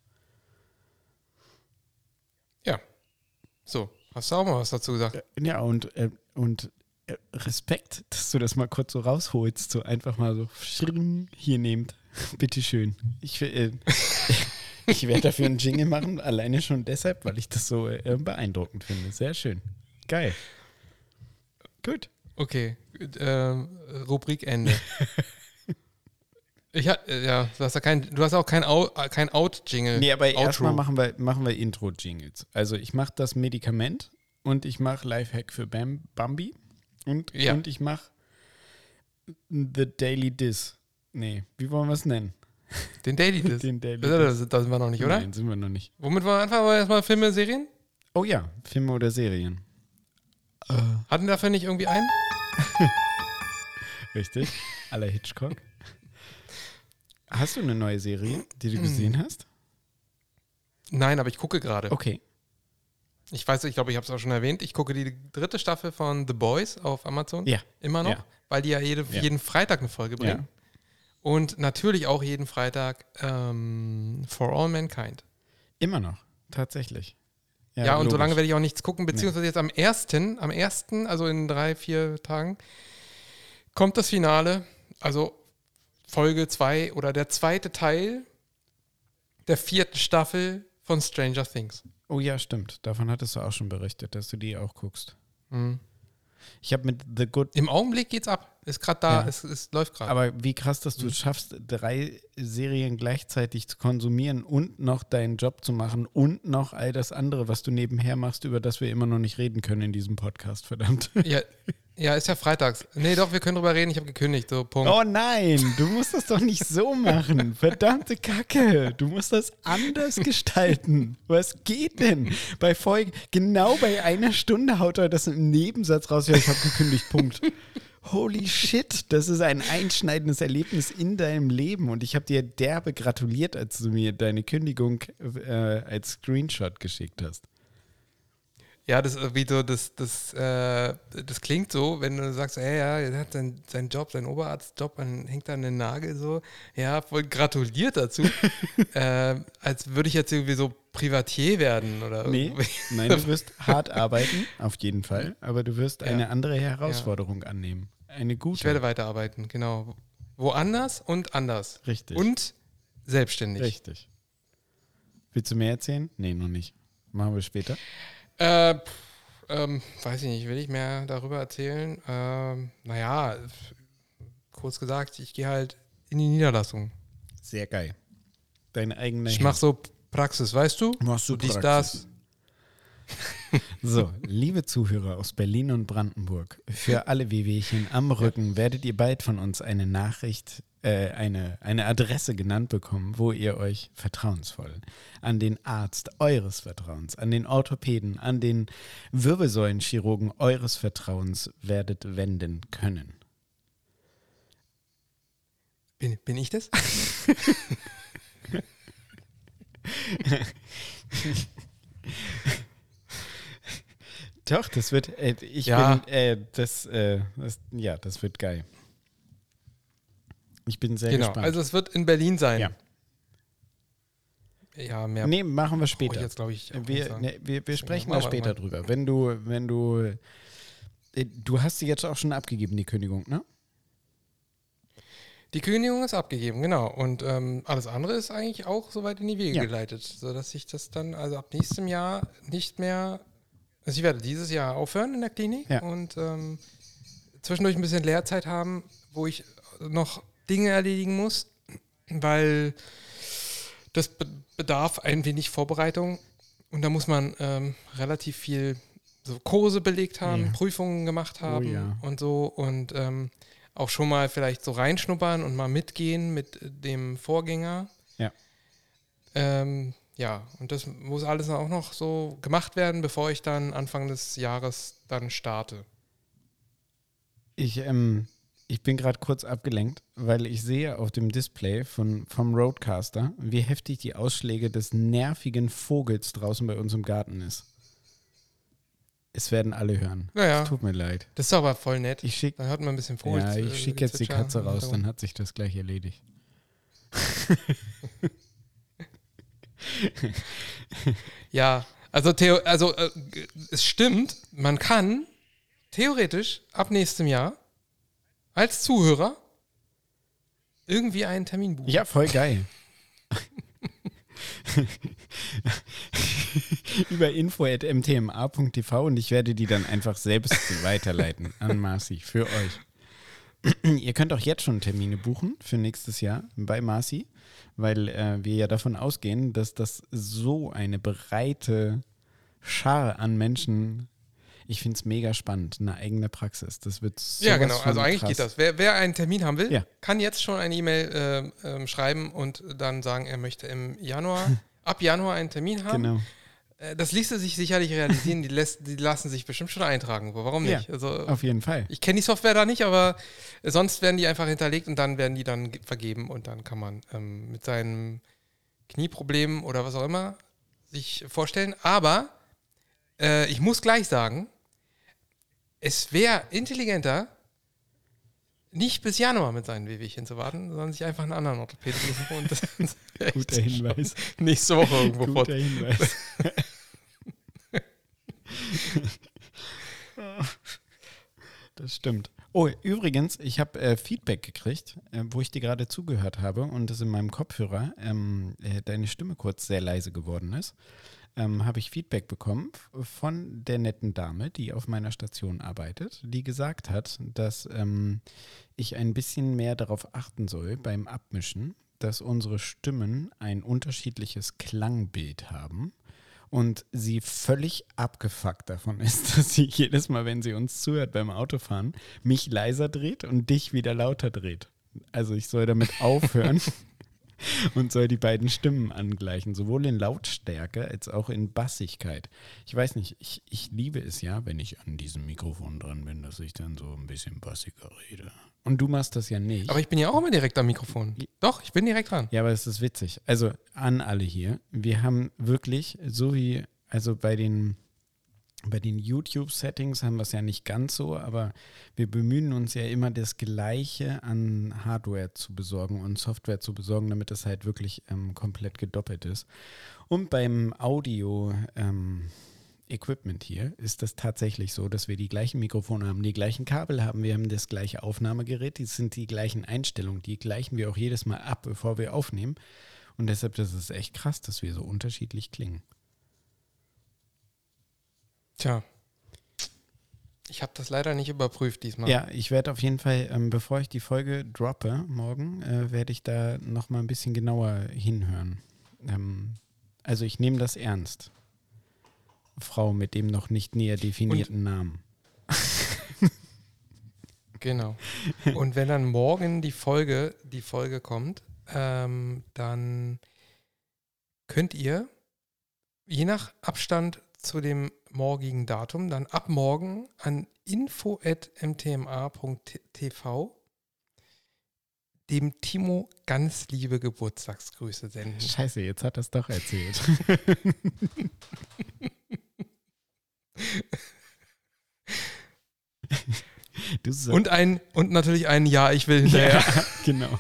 Ja. So, hast du auch mal was dazu gesagt? Ja, und Respekt, dass du das mal kurz so rausholst, so einfach mal so hier nehmt. Bitteschön. Ich werde dafür einen Jingle machen, alleine schon deshalb, weil ich das so beeindruckend finde. Sehr schön. Geil. Gut. Okay, Rubrik Ende. Du hast auch kein Out-Jingle. Nee, aber erstmal machen wir Intro-Jingles. Also ich mache das Medikament und ich mache Lifehack für Bambi und ich mache The Daily Diss. Nee, wie wollen wir es nennen? Den Daily Diss? Den Daily Diss. Das sind wir noch nicht, oder? Nein, sind wir noch nicht. Womit wir anfangen? Erstmal Filme, Serien? Oh ja, Filme oder Serien. Hatten dafür nicht irgendwie einen? Richtig, à la Hitchcock. Hast du eine neue Serie, die du gesehen hast? Nein, aber ich gucke gerade. Okay. Ich glaube, ich habe es auch schon erwähnt. Ich gucke die 3. Staffel von The Boys auf Amazon. Ja. Immer noch, weil die ja jeden Freitag eine Folge bringen. Ja. Und natürlich auch jeden Freitag For All Mankind. Immer noch, tatsächlich. Ja, und so lange werde ich auch nichts gucken, beziehungsweise jetzt am 1., also in 3-4 Tagen, kommt das Finale, also Folge 2 oder der zweite Teil der 4. Staffel von Stranger Things. Oh ja, stimmt. Davon hattest du auch schon berichtet, dass du die auch guckst. Mhm. Ich habe mit The Good... Im Augenblick geht's ab. Ist gerade da, Ja. es läuft gerade. Aber wie krass, dass du es schaffst, 3 Serien gleichzeitig zu konsumieren und noch deinen Job zu machen und noch all das andere, was du nebenher machst, über das wir immer noch nicht reden können in diesem Podcast, verdammt. Ja, ist ja freitags. Nee, doch, wir können drüber reden. Ich habe gekündigt, so Punkt. Oh nein, du musst das doch nicht so machen. Verdammte Kacke. Du musst das anders gestalten. Was geht denn? Genau bei 1 Stunde haut er das im Nebensatz raus. Ja, ich habe gekündigt, Punkt. Holy shit, das ist ein einschneidendes Erlebnis in deinem Leben. Und ich habe dir derbe gratuliert, als du mir deine Kündigung als Screenshot geschickt hast. Ja, das klingt so, wenn du sagst, ey, ja, er hat seinen Job, seinen Oberarztjob, dann hängt da an den Nagel so. Ja, voll gratuliert dazu. Als würde ich jetzt irgendwie so Privatier werden oder irgendwie. Nein, du wirst hart arbeiten, auf jeden Fall, aber du wirst eine andere Herausforderung annehmen. Eine gute. Ich werde weiterarbeiten, genau. Woanders und anders. Richtig. Und selbstständig. Richtig. Willst du mehr erzählen? Nee, noch nicht. Machen wir später. Weiß ich nicht, will ich mehr darüber erzählen? Naja, kurz gesagt, ich gehe halt in die Niederlassung. Sehr geil. Deine eigene. Ich mache so Praxis, weißt du? Machst du dies, Praxis. So, liebe Zuhörer aus Berlin und Brandenburg, für alle Wehwehchen am Rücken werdet ihr bald von uns eine Nachricht, eine Adresse genannt bekommen, wo ihr euch vertrauensvoll an den Arzt eures Vertrauens, an den Orthopäden, an den Wirbelsäulenchirurgen eures Vertrauens werdet wenden können. Bin ich das? Doch, das wird, das wird geil. Ich bin sehr gespannt. Also es wird in Berlin sein. Ja. Ja, mehr. Nee, machen wir später. Jetzt, ich, wir sprechen da später drüber. Wenn du hast sie jetzt auch schon abgegeben, die Kündigung, ne? Die Kündigung ist abgegeben, genau. Und alles andere ist eigentlich auch soweit in die Wege geleitet, sodass ich das dann also ab nächstem Jahr nicht mehr, also ich werde dieses Jahr aufhören in der Klinik und zwischendurch ein bisschen Lehrzeit haben, wo ich noch Dinge erledigen muss, weil das bedarf ein wenig Vorbereitung und da muss man relativ viel so Kurse belegt haben, Prüfungen gemacht haben und so und auch schon mal vielleicht so reinschnuppern und mal mitgehen mit dem Vorgänger. Ja. Und das muss alles auch noch so gemacht werden, bevor ich dann Anfang des Jahres dann starte. Ich bin gerade kurz abgelenkt, weil ich sehe auf dem Display vom Roadcaster, wie heftig die Ausschläge des nervigen Vogels draußen bei uns im Garten ist. Es werden alle hören. Naja. Es tut mir leid. Das ist aber voll nett. Dann hört man ein bisschen Vogel. Ja, ich schicke jetzt die Katze raus, dann hat sich das gleich erledigt. Ja, also es stimmt, man kann theoretisch ab nächstem Jahr als Zuhörer irgendwie einen Termin buchen. Ja, voll geil. Über info@mtma.tv und ich werde die dann einfach selbst weiterleiten an Marci für euch. Ihr könnt auch jetzt schon Termine buchen für nächstes Jahr bei Marci, weil wir ja davon ausgehen, dass das so eine breite Schar an Menschen, ich finde es mega spannend, eine eigene Praxis. Das wird so ja, genau, also eigentlich krass. geht das. Wer einen Termin haben will, kann jetzt schon eine E-Mail schreiben und dann sagen, er möchte ab Januar einen Termin haben. Genau. Das ließe sich sicherlich realisieren, die lassen sich bestimmt schon eintragen. Warum nicht? Ja, also, auf jeden Fall. Ich kenne die Software da nicht, aber sonst werden die einfach hinterlegt und dann werden die dann vergeben und dann kann man mit seinem Knieproblem oder was auch immer sich vorstellen. Aber ich muss gleich sagen, es wäre intelligenter, nicht bis Januar mit seinen Wehwehchen zu warten, sondern sich einfach einen anderen Orthopäden suchen und das Guter Hinweis. nächste Woche irgendwo fort. Guter Hinweis. Das stimmt. Oh, übrigens, ich habe Feedback gekriegt, wo ich dir gerade zugehört habe und es in meinem Kopfhörer deine Stimme kurz sehr leise geworden ist. Habe ich Feedback bekommen von der netten Dame, die auf meiner Station arbeitet, die gesagt hat, dass ich ein bisschen mehr darauf achten soll beim Abmischen, dass unsere Stimmen ein unterschiedliches Klangbild haben. Und sie völlig abgefuckt davon ist, dass sie jedes Mal, wenn sie uns zuhört beim Autofahren, mich leiser dreht und dich wieder lauter dreht. Also ich soll damit aufhören und soll die beiden Stimmen angleichen, sowohl in Lautstärke als auch in Bassigkeit. Ich weiß nicht, ich liebe es ja, wenn ich an diesem Mikrofon dran bin, dass ich dann so ein bisschen bassiger rede. Und du machst das ja nicht. Aber ich bin ja auch immer direkt am Mikrofon. Doch, ich bin direkt dran. Ja, aber es ist witzig. Also an alle hier, wir haben wirklich, so wie, also bei den YouTube-Settings haben wir es ja nicht ganz so, aber wir bemühen uns ja immer, das Gleiche an Hardware zu besorgen und Software zu besorgen, damit es halt wirklich komplett gedoppelt ist. Und beim Audio-Equipment hier ist das tatsächlich so, dass wir die gleichen Mikrofone haben, die gleichen Kabel haben, wir haben das gleiche Aufnahmegerät, die sind die gleichen Einstellungen, die gleichen wir auch jedes Mal ab, bevor wir aufnehmen. Und deshalb ist es echt krass, dass wir so unterschiedlich klingen. Tja, ich habe das leider nicht überprüft diesmal. Ja, ich werde auf jeden Fall, bevor ich die Folge droppe morgen, werde ich da nochmal ein bisschen genauer hinhören. Also ich nehme das ernst. Frau mit dem noch nicht näher definierten Namen. Genau. Und wenn dann morgen die Folge kommt, dann könnt ihr, je nach Abstand zu dem morgigen Datum, dann ab morgen an info@mtma.tv dem Timo ganz liebe Geburtstagsgrüße senden. Scheiße, jetzt hat er es doch erzählt. Und natürlich ein Ja, ich will hinterher. Ja, genau.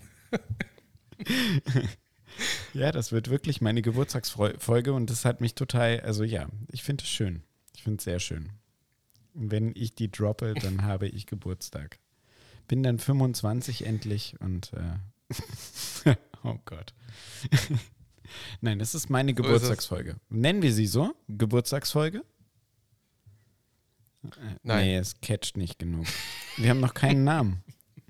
Ja, das wird wirklich meine Geburtstagsfolge und das hat mich total, also ja, ich finde es schön. Ich finde es sehr schön. Wenn ich die droppe, dann habe ich Geburtstag. Bin dann 25 endlich und oh Gott. Nein, das ist meine Geburtstagsfolge. Nennen wir sie so? Geburtstagsfolge? Nein. Nee, es catcht nicht genug. Wir haben noch keinen Namen.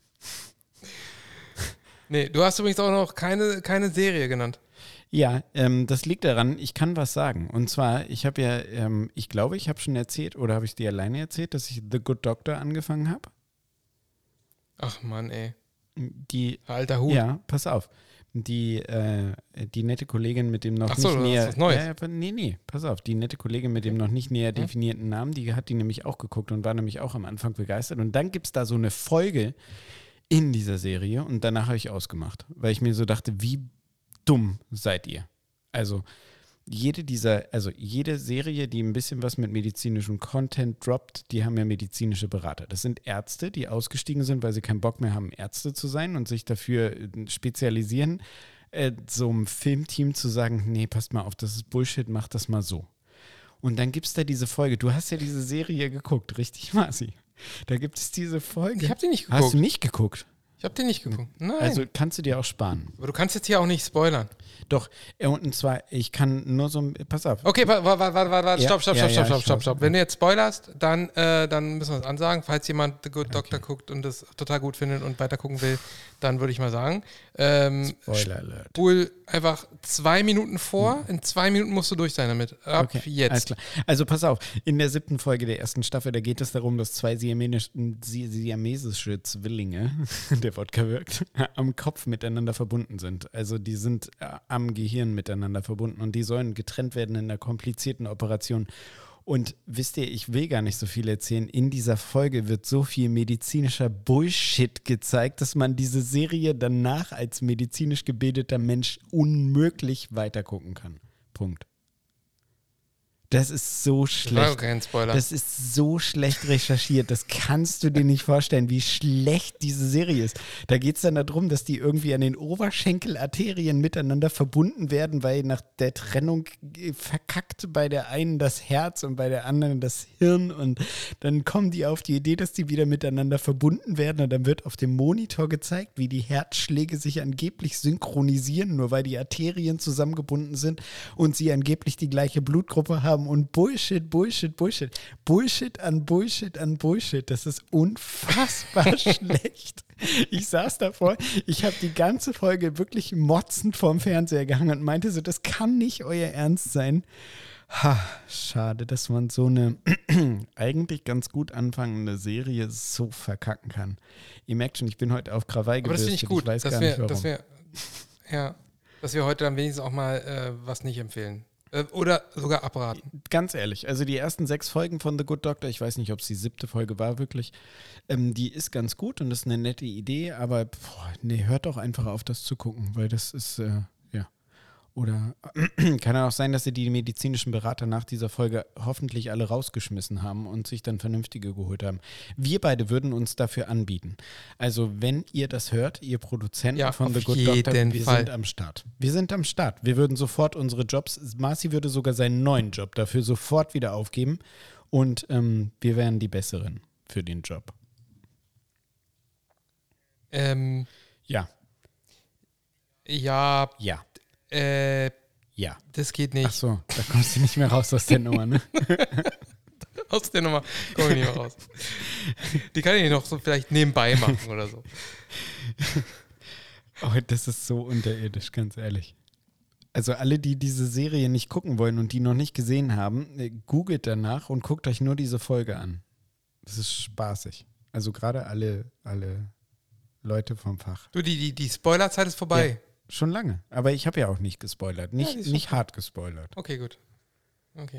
Nee, du hast übrigens auch noch keine Serie genannt. Ja, das liegt daran, ich kann was sagen. Und zwar, ich habe ja, ich glaube, ich habe schon erzählt, oder habe ich dir alleine erzählt, dass ich The Good Doctor angefangen habe? Ach Mann, ey. Die, alter Hut. Ja, pass auf. Die nette Kollegin mit dem noch Ach so, nicht näher. das ist was Neues. Nee, pass auf. Die nette Kollegin mit dem noch nicht näher definierten Namen, die hat die nämlich auch geguckt und war nämlich auch am Anfang begeistert. Und dann gibt es da so eine Folge in dieser Serie und danach habe ich ausgemacht, weil ich mir so dachte, wie dumm seid ihr? Also jede Serie, die ein bisschen was mit medizinischem Content droppt, die haben ja medizinische Berater. Das sind Ärzte, die ausgestiegen sind, weil sie keinen Bock mehr haben, Ärzte zu sein und sich dafür spezialisieren, so einem Filmteam zu sagen, nee, passt mal auf, das ist Bullshit, mach das mal so. Und dann gibt es da diese Folge. Du hast ja diese Serie geguckt, richtig, Marci? Da gibt es diese Folge. Ich habe die nicht geguckt. Hast du nicht geguckt? Ich habe den nicht geguckt. Nein. Also kannst du dir auch sparen. Aber du kannst jetzt hier auch nicht spoilern. Doch, und zwar, ich kann nur so, pass auf. Okay, warte, Ja, stopp. Wenn du jetzt spoilerst, dann müssen wir es ansagen. Falls jemand The Good Doctor guckt und das total gut findet und weiter gucken will, dann würde ich mal sagen. Spoiler Alert. Spul einfach 2 Minuten vor. In 2 Minuten musst du durch sein damit. Ab Okay, jetzt. alles klar. Also pass auf, in der 7. Folge der 1. Staffel, da geht es darum, dass 2 siamesische Zwillinge, der Wodka wirkt, am Kopf miteinander verbunden sind. Also die sind am Gehirn miteinander verbunden und die sollen getrennt werden in einer komplizierten Operation. Und wisst ihr, ich will gar nicht so viel erzählen. In dieser Folge wird so viel medizinischer Bullshit gezeigt, dass man diese Serie danach als medizinisch gebildeter Mensch unmöglich weitergucken kann. Punkt. Das ist so schlecht. Das war kein Spoiler. Das ist so schlecht recherchiert. Das kannst du dir nicht vorstellen, wie schlecht diese Serie ist. Da geht es dann darum, dass die irgendwie an den Oberschenkelarterien miteinander verbunden werden, weil nach der Trennung verkackt bei der einen das Herz und bei der anderen das Hirn. Und dann kommen die auf die Idee, dass die wieder miteinander verbunden werden. Und dann wird auf dem Monitor gezeigt, wie die Herzschläge sich angeblich synchronisieren, nur weil die Arterien zusammengebunden sind und sie angeblich die gleiche Blutgruppe haben. Und Bullshit. Bullshit an Bullshit an Bullshit. Das ist unfassbar schlecht. Ich saß davor, ich habe die ganze Folge wirklich motzend vorm Fernseher gehangen und meinte so, das kann nicht euer Ernst sein. Schade, dass man so eine eigentlich ganz gut anfangende Serie so verkacken kann. Ihr merkt schon, ich bin heute auf Krawall gebürstet. Aber das finde ich gut, weiß gar nicht, warum. dass wir heute dann wenigstens auch mal was nicht empfehlen. Oder sogar abraten. Ganz ehrlich, also die ersten 6 Folgen von The Good Doctor, ich weiß nicht, ob es die 7. Folge war wirklich, die ist ganz gut und das ist eine nette Idee, aber hört doch einfach auf, das zu gucken, weil das ist, Oder kann auch sein, dass sie die medizinischen Berater nach dieser Folge hoffentlich alle rausgeschmissen haben und sich dann vernünftige geholt haben. Wir beide würden uns dafür anbieten. Also wenn ihr das hört, ihr Produzenten von The Good Doctor, wir sind am Start. Wir sind am Start. Wir würden sofort unsere Jobs, Marci würde sogar seinen neuen Job dafür sofort wieder aufgeben und wir wären die Besseren für den Job. Ja. Ja. Ja. Das geht nicht. Ach so, da kommst du nicht mehr raus aus der Nummer, ne? Aus der Nummer komme ich nicht mehr raus. Die kann ich noch so vielleicht nebenbei machen oder so. Oh, das ist so unterirdisch, ganz ehrlich. Also alle, die diese Serie nicht gucken wollen und die noch nicht gesehen haben, googelt danach und guckt euch nur diese Folge an. Das ist spaßig. Also gerade alle Leute vom Fach. Du, die Spoilerzeit ist vorbei. Ja. Schon lange. Aber ich habe ja auch nicht gespoilert. Nicht hart gespoilert. Okay, gut. Okay.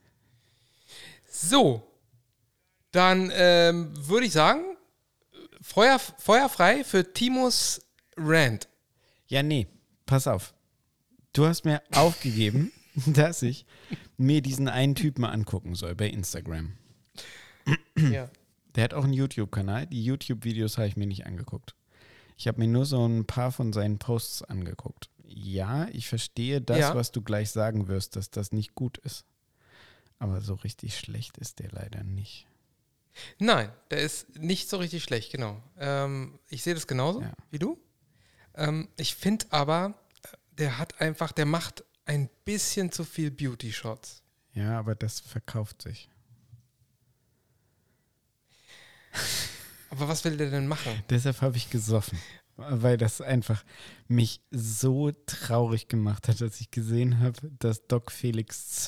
So. Dann würde ich sagen, Feuer frei für Timos Rant. Ja, nee. Pass auf. Du hast mir aufgegeben, dass ich mir diesen einen Typen angucken soll bei Instagram. Ja. Der hat auch einen YouTube-Kanal. Die YouTube-Videos habe ich mir nicht angeguckt. Ich habe mir nur so ein paar von seinen Posts angeguckt. Ja, ich verstehe das, was du gleich sagen wirst, dass das nicht gut ist. Aber so richtig schlecht ist der leider nicht. Nein, der ist nicht so richtig schlecht, genau. Ich sehe das genauso wie du. Ich finde aber, der macht ein bisschen zu viel Beauty-Shots. Ja, aber das verkauft sich. Aber was will der denn machen? Deshalb habe ich gesoffen, weil das einfach mich so traurig gemacht hat, dass ich gesehen habe, dass Doc Felix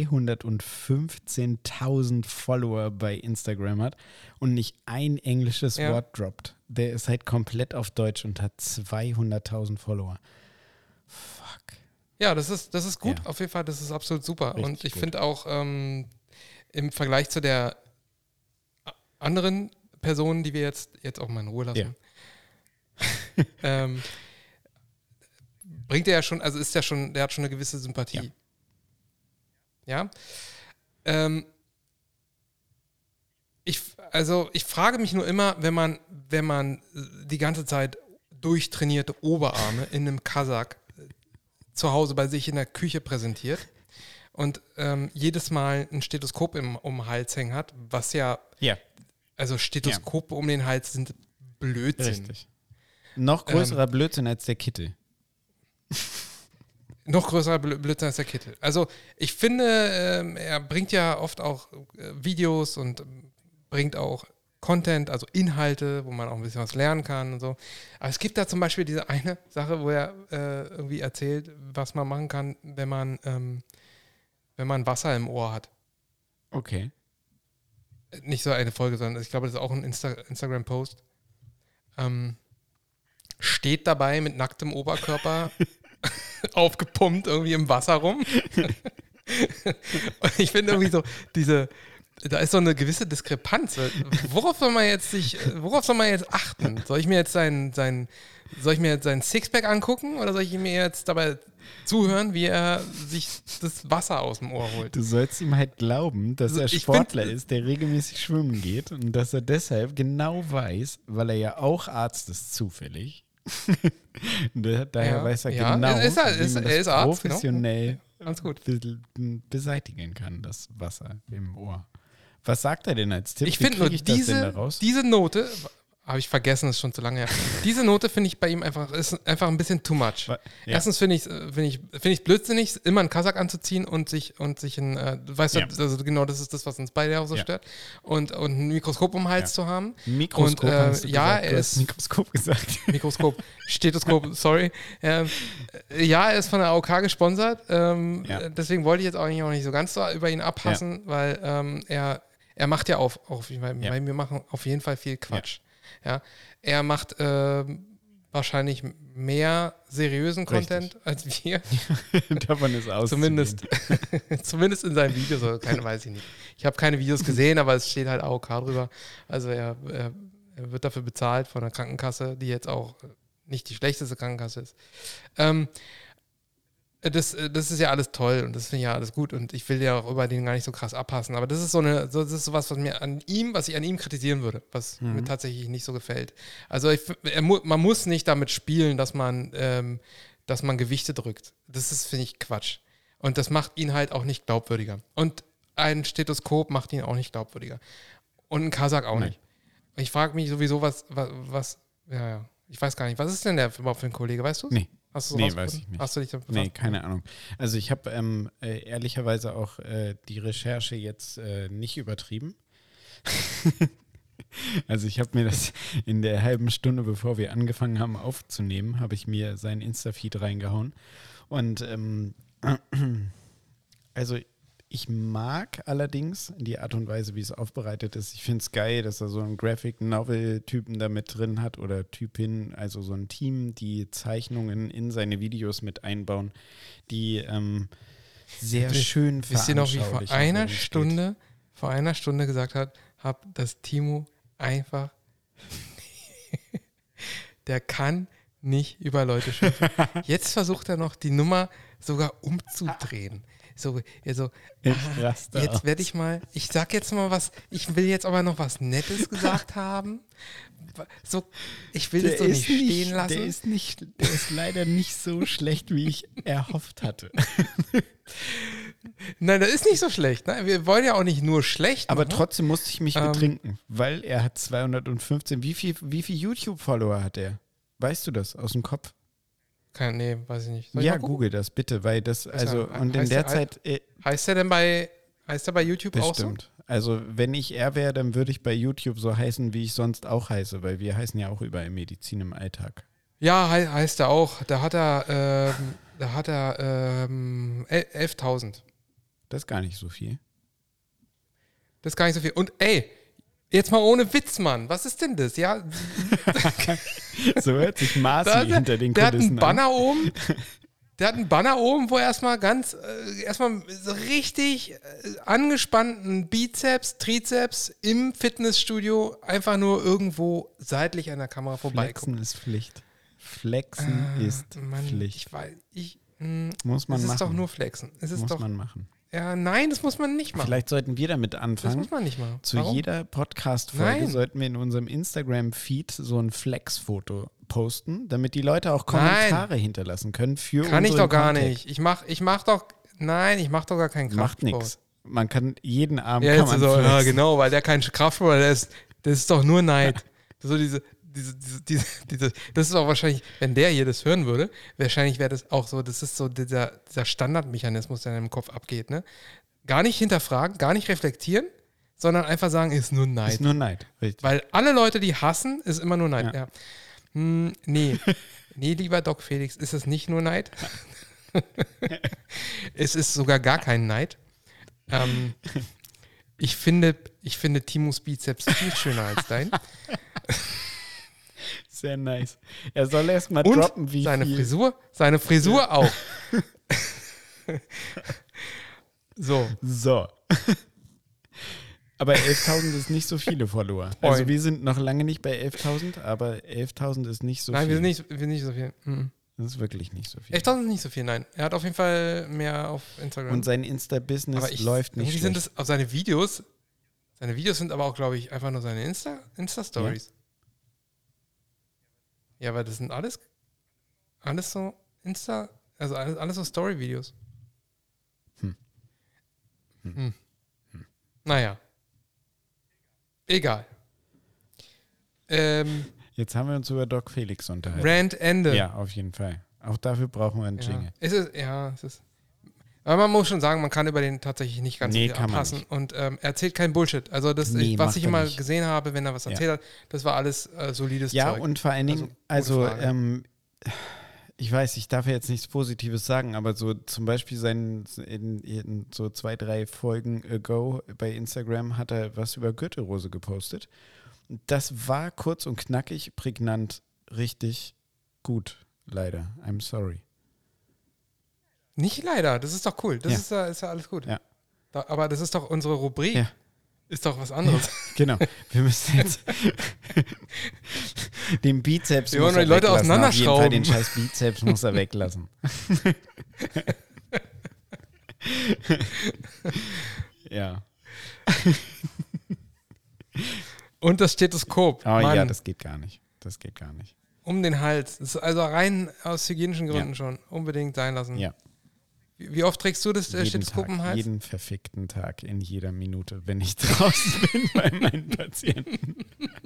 215.000 Follower bei Instagram hat und nicht ein englisches Wort droppt. Der ist halt komplett auf Deutsch und hat 200.000 Follower. Fuck. Ja, das ist gut, auf jeden Fall, das ist absolut super. Richtig und ich finde auch im Vergleich zu der anderen Personen, die wir jetzt auch mal in Ruhe lassen, bringt er ja schon, also der hat schon eine gewisse Sympathie. Ja? Ich frage mich nur immer, wenn man die ganze Zeit durchtrainierte Oberarme in einem Kasach zu Hause bei sich in der Küche präsentiert und jedes Mal ein Stethoskop um den Hals hängen hat, was also Stethoskope um den Hals sind Blödsinn. Richtig. Noch größerer Blödsinn als der Kittel. Noch größerer Blödsinn als der Kittel. Also ich finde, er bringt ja oft auch Videos und bringt auch Content, also Inhalte, wo man auch ein bisschen was lernen kann und so. Aber es gibt da zum Beispiel diese eine Sache, wo er irgendwie erzählt, was man machen kann, wenn man Wasser im Ohr hat. Okay. Nicht so eine Folge, sondern ich glaube, das ist auch ein Instagram-Post. Steht dabei mit nacktem Oberkörper aufgepumpt irgendwie im Wasser rum. Und ich finde irgendwie so, da ist so eine gewisse Diskrepanz. Worauf soll man jetzt achten? Soll ich mir jetzt seinen Soll ich mir jetzt seinen Sixpack angucken oder soll ich mir jetzt dabei zuhören, wie er sich das Wasser aus dem Ohr holt? Du sollst ihm halt glauben, dass er Sportler ist, der regelmäßig schwimmen geht und dass er deshalb genau weiß, weil er ja auch Arzt ist, zufällig. Daher weiß er genau, wie man das professionell beseitigen kann, das Wasser im Ohr. Was sagt er denn als Tipp? Ich finde nur diese Note, habe ich vergessen, ist schon zu lange her. Diese Note finde ich bei ihm ist einfach ein bisschen too much. Ja. Erstens finde ich blödsinnig, immer einen Kasach anzuziehen und sich ein, du weißt ja, also genau, das ist das, was uns beide auch so stört. Und ein Mikroskop um den Hals zu haben. Mikroskop, und er ist Mikroskop gesagt. Mikroskop, Stethoskop, sorry. Er ist von der AOK gesponsert. Deswegen wollte ich jetzt auch nicht so ganz so über ihn abpassen, weil er macht ja weil wir machen auf jeden Fall viel Quatsch. Ja, er macht wahrscheinlich mehr seriösen Content als wir. Davon ist auszugehen. Zumindest in seinen Videos, oder weiß ich nicht. Ich habe keine Videos gesehen, aber es steht halt AOK drüber. Also er wird dafür bezahlt von der Krankenkasse, die jetzt auch nicht die schlechteste Krankenkasse ist. Das ist ja alles toll und das finde ich ja alles gut und ich will ja auch über den gar nicht so krass abpassen, aber das ist das ist sowas, was ich an ihm kritisieren würde, was mir tatsächlich nicht so gefällt. Also man muss nicht damit spielen, dass man Gewichte drückt. Das ist, finde ich, Quatsch. Und das macht ihn halt auch nicht glaubwürdiger. Und ein Stethoskop macht ihn auch nicht glaubwürdiger. Und ein Kasach auch nicht. Ich frage mich sowieso, ich weiß gar nicht, was ist denn der überhaupt für ein Kollege, weißt du es? Nee. Weiß ich nicht. Hast du dich damit befasst? Nee, keine Ahnung. Also ich habe ehrlicherweise auch die Recherche jetzt nicht übertrieben. Also ich habe mir das in der halben Stunde, bevor wir angefangen haben aufzunehmen, habe ich mir seinen Insta-Feed reingehauen. Und also ich mag allerdings die Art und Weise, wie es aufbereitet ist. Ich finde es geil, dass er so einen Graphic-Novel-Typen da mit drin hat oder Typin, also so ein Team, die Zeichnungen in seine Videos mit einbauen, die sehr schön veranschaulichen. Wisst ihr noch, wie vor einer Stunde gesagt hat, dass Timo einfach der kann nicht über Leute schimpfen. Jetzt versucht er noch die Nummer sogar umzudrehen. Jetzt werde ich sag jetzt mal was, ich will jetzt aber noch was Nettes gesagt haben. Ich will das so nicht stehen lassen. Der ist leider nicht so schlecht, wie ich erhofft hatte. Nein, das ist nicht so schlecht. Ne? Wir wollen ja auch nicht nur schlecht machen. Aber trotzdem musste ich mich betrinken, weil er hat 215. Wie viel YouTube-Follower hat er? Weißt du das aus dem Kopf? Nee, weiß ich nicht. Ja, google das bitte, weil das, und in der Zeit... Heißt er bei YouTube bestimmt. Auch so? Also wenn ich er wäre, dann würde ich bei YouTube so heißen, wie ich sonst auch heiße, weil wir heißen ja auch überall Medizin im Alltag. Ja, heißt er auch. Da hat er 11.000. Das ist gar nicht so viel. Und jetzt mal ohne Witz, Mann. Was ist denn das? Ja. So hört sich Marci hinter den Kulissen an. Der hat einen Banner oben, wo er erstmal so richtig angespannten Bizeps, Trizeps im Fitnessstudio einfach nur irgendwo seitlich an der Kamera vorbeikommt. Flexen ist Pflicht. Flexen ist Pflicht. Muss man machen. Es ist doch nur Flexen. Muss man machen. Ja, nein, das muss man nicht machen. Vielleicht sollten wir damit anfangen. Das muss man nicht machen. Zu jeder Podcast-Folge sollten wir in unserem Instagram-Feed so ein Flex-Foto posten, damit die Leute auch Kommentare hinterlassen können für unseren Kann ich doch gar Content. nicht. Ich mach doch gar keinen Kraftsport. Macht nichts. Man kann jeden Abend ja, genau, weil der kein Kraftsport ist. Das ist doch nur Neid. So diese, das ist auch wahrscheinlich, wenn der hier das hören würde, wahrscheinlich wäre das auch so, das ist so dieser Standardmechanismus, der in deinem Kopf abgeht, ne? Gar nicht hinterfragen, gar nicht reflektieren, sondern einfach sagen, ist nur Neid. Ist nur Neid, richtig. Weil alle Leute, die hassen, ist immer nur Neid. Ja. Nee, lieber Doc Felix, ist es nicht nur Neid. Es ist sogar gar kein Neid. Ich finde Timos Bizeps viel schöner als dein. Sehr nice. Er soll erst mal droppen, wie seine viel. Seine Frisur auch. So. Aber 11.000 ist nicht so viele Follower. Also wir sind noch lange nicht bei 11.000, aber 11.000 ist nicht so viel. Nein, wir sind nicht so viel. Mhm. Das ist wirklich nicht so viel. 11.000 ist nicht so viel, nein. Er hat auf jeden Fall mehr auf Instagram. Und sein Insta-Business läuft nicht schlecht. Sind das auf seine Videos sind aber auch, glaube ich, einfach nur seine Insta-Stories. Ja, weil das sind alles so alles so Story-Videos. Naja. Egal. Jetzt haben wir uns über Doc Felix unterhalten. Rant Ende. Ja, auf jeden Fall. Auch dafür brauchen wir einen Jingle. Es ist. Aber man muss schon sagen, man kann über den tatsächlich nicht ganz so viel abpassen. Und er erzählt keinen Bullshit. Also was ich immer gesehen habe, wenn er was erzählt hat, das war alles solides Zeug. Ja, und vor allen Dingen, ich weiß, ich darf jetzt nichts Positives sagen, aber so zum Beispiel in so 2, 3 Folgen ago bei Instagram hat er was über Gürtelrose gepostet. Das war kurz und knackig, prägnant, richtig gut, leider. I'm sorry. Nicht leider, das ist doch cool. Das ist ja alles gut. Ja. Aber das ist doch unsere Rubrik. Ja. Ist doch was anderes. Ja, genau. Wir müssen jetzt den Bizeps wir wollen die Leute auseinanderschrauben. Auf jeden Fall den scheiß Bizeps muss er weglassen. Ja. Und das Stethoskop. Oh ja, das geht gar nicht. Das geht gar nicht. Um den Hals. Das ist also rein aus hygienischen Gründen schon. Unbedingt sein lassen. Ja. Wie oft trägst du das Stethoskop im Hals? Jeden verfickten Tag, in jeder Minute, wenn ich draußen bin bei meinen Patienten.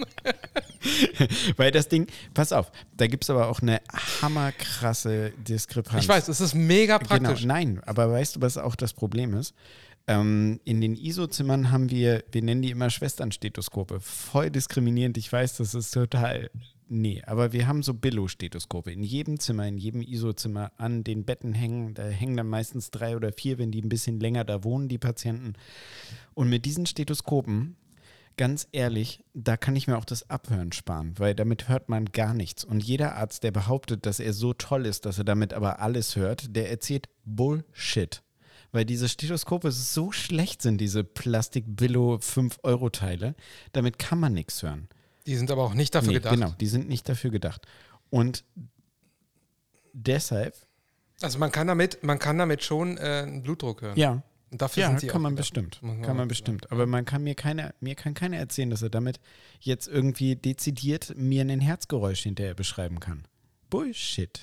Weil das Ding, pass auf, da gibt es aber auch eine hammerkrasse Diskrepanz. Ich weiß, es ist mega praktisch. Genau, nein, aber weißt du, was auch das Problem ist? In den ISO-Zimmern haben wir nennen die immer Schwesternstethoskope. Voll diskriminierend, ich weiß, das ist total... Nee, aber wir haben so Billo-Stethoskope in jedem Zimmer, in jedem ISO-Zimmer an den Betten hängen. Da hängen dann meistens 3 oder 4, wenn die ein bisschen länger da wohnen, die Patienten. Und mit diesen Stethoskopen, ganz ehrlich, da kann ich mir auch das Abhören sparen, weil damit hört man gar nichts. Und jeder Arzt, der behauptet, dass er so toll ist, dass er damit aber alles hört, der erzählt Bullshit. Weil diese Stethoskope so schlecht sind, diese Plastik-Billo-5-Euro-Teile, damit kann man nichts hören. Die sind aber auch nicht dafür gedacht. Genau, die sind nicht dafür gedacht. Und deshalb. Also man kann damit schon einen Blutdruck hören. Ja. Und dafür sind sie kann auch man gedacht. bestimmt. Kann man bestimmt. Aber mir kann keiner erzählen, dass er damit jetzt irgendwie dezidiert mir ein Herzgeräusch hinterher beschreiben kann. Bullshit.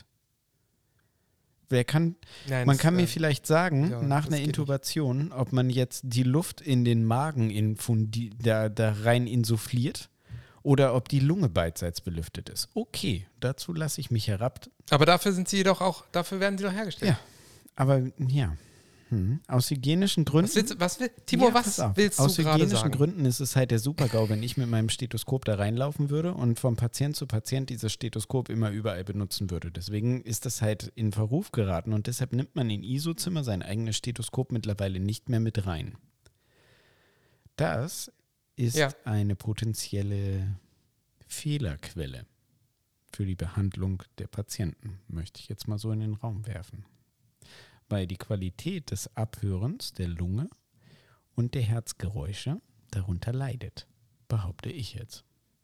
Man kann mir vielleicht sagen, nach einer Intubation, ob man jetzt die Luft in den Magen da rein insuffliert oder ob die Lunge beidseits belüftet ist. Okay, dazu lasse ich mich herab. Aber dafür werden sie doch hergestellt. Ja, aber ja. Aus hygienischen Gründen. Was willst du gerade sagen? Aus hygienischen Gründen ist es halt der Super-GAU, wenn ich mit meinem Stethoskop da reinlaufen würde und vom Patient zu Patient dieses Stethoskop immer überall benutzen würde. Deswegen ist das halt in Verruf geraten und deshalb nimmt man in ISO-Zimmer sein eigenes Stethoskop mittlerweile nicht mehr mit rein. Das ist eine potenzielle Fehlerquelle für die Behandlung der Patienten, möchte ich jetzt mal so in den Raum werfen. Weil die Qualität des Abhörens der Lunge und der Herzgeräusche darunter leidet, behaupte ich jetzt.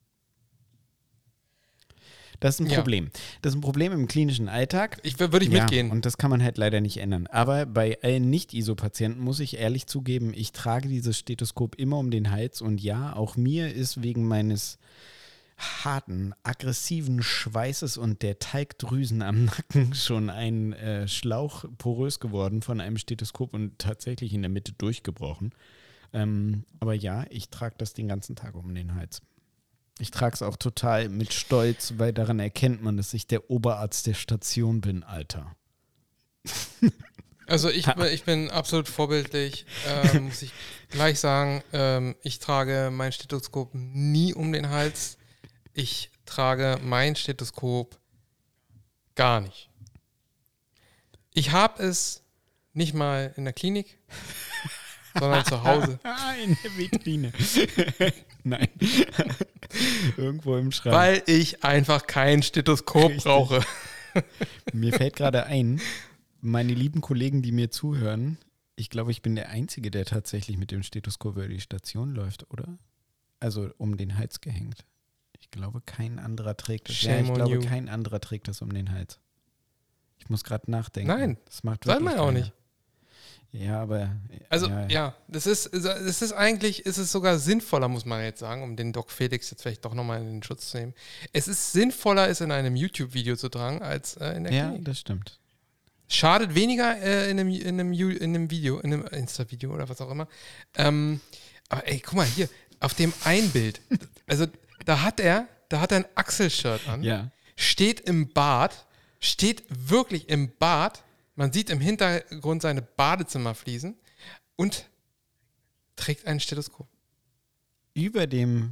Das ist ein Problem. Das ist ein Problem im klinischen Alltag. Würde ich mitgehen. Und das kann man halt leider nicht ändern. Aber bei allen Nicht-ISO-Patienten muss ich ehrlich zugeben, ich trage dieses Stethoskop immer um den Hals. Und ja, auch mir ist wegen meines harten, aggressiven Schweißes und der Talgdrüsen am Nacken schon ein Schlauch porös geworden von einem Stethoskop und tatsächlich in der Mitte durchgebrochen. Aber ja, ich trage das den ganzen Tag um den Hals. Ich trage es auch total mit Stolz, weil daran erkennt man, dass ich der Oberarzt der Station bin, Alter. Also ich bin absolut vorbildlich, muss ich gleich sagen. Ich trage mein Stethoskop nie um den Hals. Ich trage mein Stethoskop gar nicht. Ich habe es nicht mal in der Klinik, sondern zu Hause. In der Vitrine. Nein. Irgendwo im Schrank. Weil ich einfach kein Stethoskop brauche. Mir fällt gerade ein, meine lieben Kollegen, die mir zuhören, Ich glaube, ich bin der Einzige, der tatsächlich mit dem Stethoskop über die Station läuft, oder? Also um den Hals gehängt. Ich glaube, kein anderer trägt das. Shame ich glaube, on you. kein anderer trägt das um den Hals. Ich muss gerade nachdenken. Nein, das macht soll wirklich man auch keiner. nicht. Ja, aber... Also, das ist eigentlich, ist es sogar sinnvoller, muss man jetzt sagen, um den Doc Felix jetzt vielleicht doch nochmal in den Schutz zu nehmen. Es ist sinnvoller, es in einem YouTube-Video zu tragen, als in der Klinik. Ja, das stimmt. Schadet weniger in einem Video, in einem Insta-Video oder was auch immer. Aber ey, guck mal hier, auf dem ein Bild, also da hat er ein Axel-Shirt an, Ja. steht wirklich im Bad, man sieht im Hintergrund seine Badezimmerfliesen und trägt ein Stethoskop. Über dem...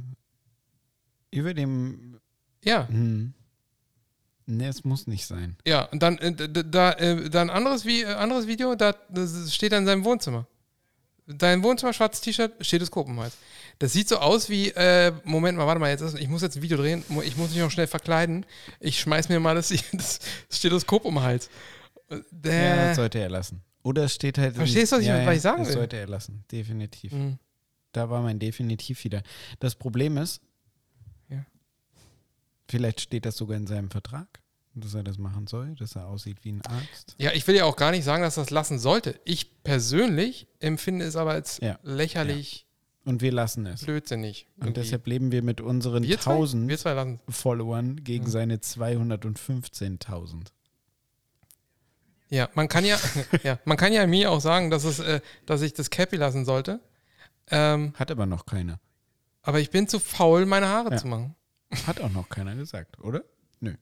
Ja. Ne, es muss nicht sein. Ja, und dann anderes Video, das steht er in seinem Wohnzimmer. Dein Wohnzimmer, schwarzes T-Shirt, Stethoskop im Hals. Das sieht so aus wie, Moment mal, warte mal, ich muss jetzt ein Video drehen, ich muss mich noch schnell verkleiden. Ich schmeiß mir mal das Stethoskop um den Hals. Ja, das sollte er lassen. Oder es steht halt... Verstehst du, was ich sagen will? Das sollte er lassen, definitiv. Mhm. Da war mein Definitiv wieder. Das Problem ist, Ja. vielleicht steht das sogar in seinem Vertrag, dass er das machen soll, dass er aussieht wie ein Arzt. Ja, ich will ja auch gar nicht sagen, dass das lassen sollte. Ich persönlich empfinde es aber als lächerlich, Und wir lassen es. blödsinnig. Und irgendwie. deshalb leben wir mit unseren wir 1000 zwei lassen es. Followern gegen seine 215.000. Ja, man kann ja mir auch sagen, dass ich das Cappy lassen sollte. Hat aber noch keiner. Aber ich bin zu faul, meine Haare zu machen. Hat auch noch keiner gesagt, oder? Nö.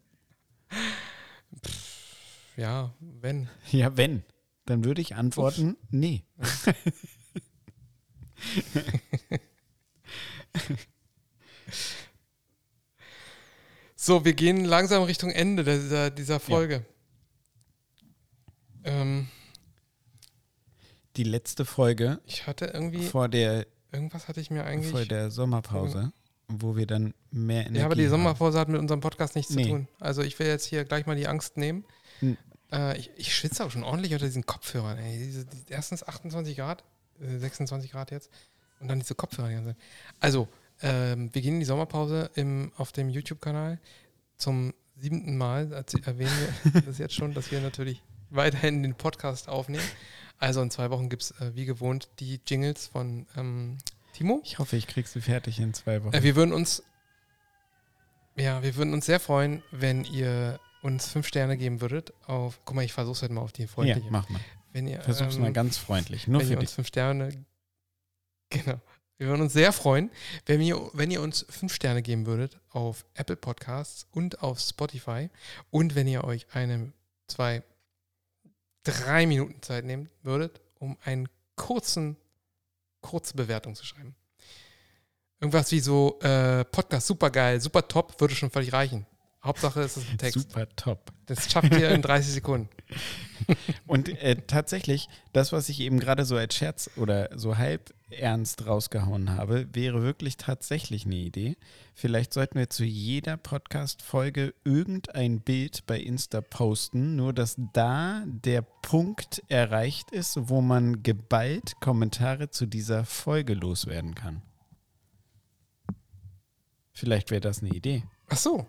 Ja, wenn. Ja, wenn. Dann würde ich antworten, nee. So, wir gehen langsam Richtung Ende dieser Folge. Die letzte Folge Ich hatte irgendwie, irgendwas hatte ich mir eigentlich... vor der Sommerpause, wo wir dann mehr Energie Ja, aber die haben. Sommerpause hat mit unserem Podcast nichts Nee. zu tun. Also ich will jetzt hier gleich mal die Angst nehmen. Hm. Ich schwitze auch schon ordentlich unter diesen Kopfhörern. Ey. Erstens 28 Grad, 26 Grad jetzt und dann diese Kopfhörer die ganze Zeit. Also, wir gehen in die Sommerpause auf dem YouTube-Kanal zum 7. Mal. Erwähnen wir das jetzt schon, dass wir natürlich weiterhin den Podcast aufnehmen. Also in 2 Wochen gibt es wie gewohnt die Jingles von Timo. Ich hoffe, ich krieg sie fertig in 2 Wochen. Wir würden uns sehr freuen, wenn ihr uns 5 Sterne geben würdet guck mal, ich versuch's halt mal auf die freundliche. Ja, mach mal. Wenn ihr, Versuch's mal ganz freundlich. Nur wenn für ihr uns dich. 5 Sterne, genau. Wir würden uns sehr freuen, wenn ihr uns 5 Sterne geben würdet auf Apple Podcasts und auf Spotify und wenn ihr euch 1, 2, 3 Minuten Zeit nehmen würdet, um eine kurze Bewertung zu schreiben. Irgendwas wie so Podcast super geil, super top, würde schon völlig reichen. Hauptsache es ist ein Text. Super top. Das schafft ihr in 30 Sekunden. Und tatsächlich, das, was ich eben gerade so als Scherz oder so halb ernst rausgehauen habe, wäre wirklich tatsächlich eine Idee. Vielleicht sollten wir zu jeder Podcast-Folge irgendein Bild bei Insta posten, nur dass da der Punkt erreicht ist, wo man geballt Kommentare zu dieser Folge loswerden kann. Vielleicht wäre das eine Idee. Ach so.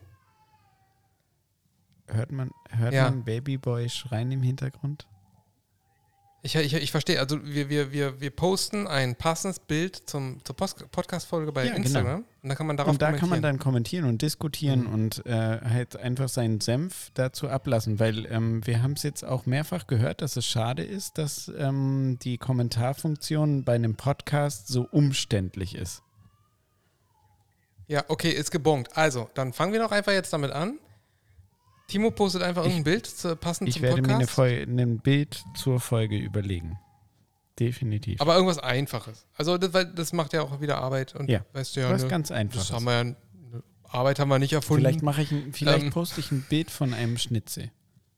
Hört man Babyboy schreien im Hintergrund? Ich verstehe. Also wir posten ein passendes Bild zur Podcast-Folge bei Instagram. Genau. Und da kann man darauf Und da kommentieren. kann man dann kommentieren und diskutieren und halt einfach seinen Senf dazu ablassen, weil wir haben es jetzt auch mehrfach gehört, dass es schade ist, dass die Kommentarfunktion bei einem Podcast so umständlich ist. Ja, okay, ist gebongt. Also, dann fangen wir doch einfach jetzt damit an. Timo postet einfach irgendein Bild passend Ich zum werde Podcast. mir ein Bild zur Folge überlegen. Definitiv. Aber irgendwas Einfaches. Also, das macht ja auch wieder Arbeit. Und Ja, weißt du ja, was ganz Einfaches. das haben wir ja, Arbeit haben wir nicht erfunden. Vielleicht poste ich ein Bild von einem Schnitzel.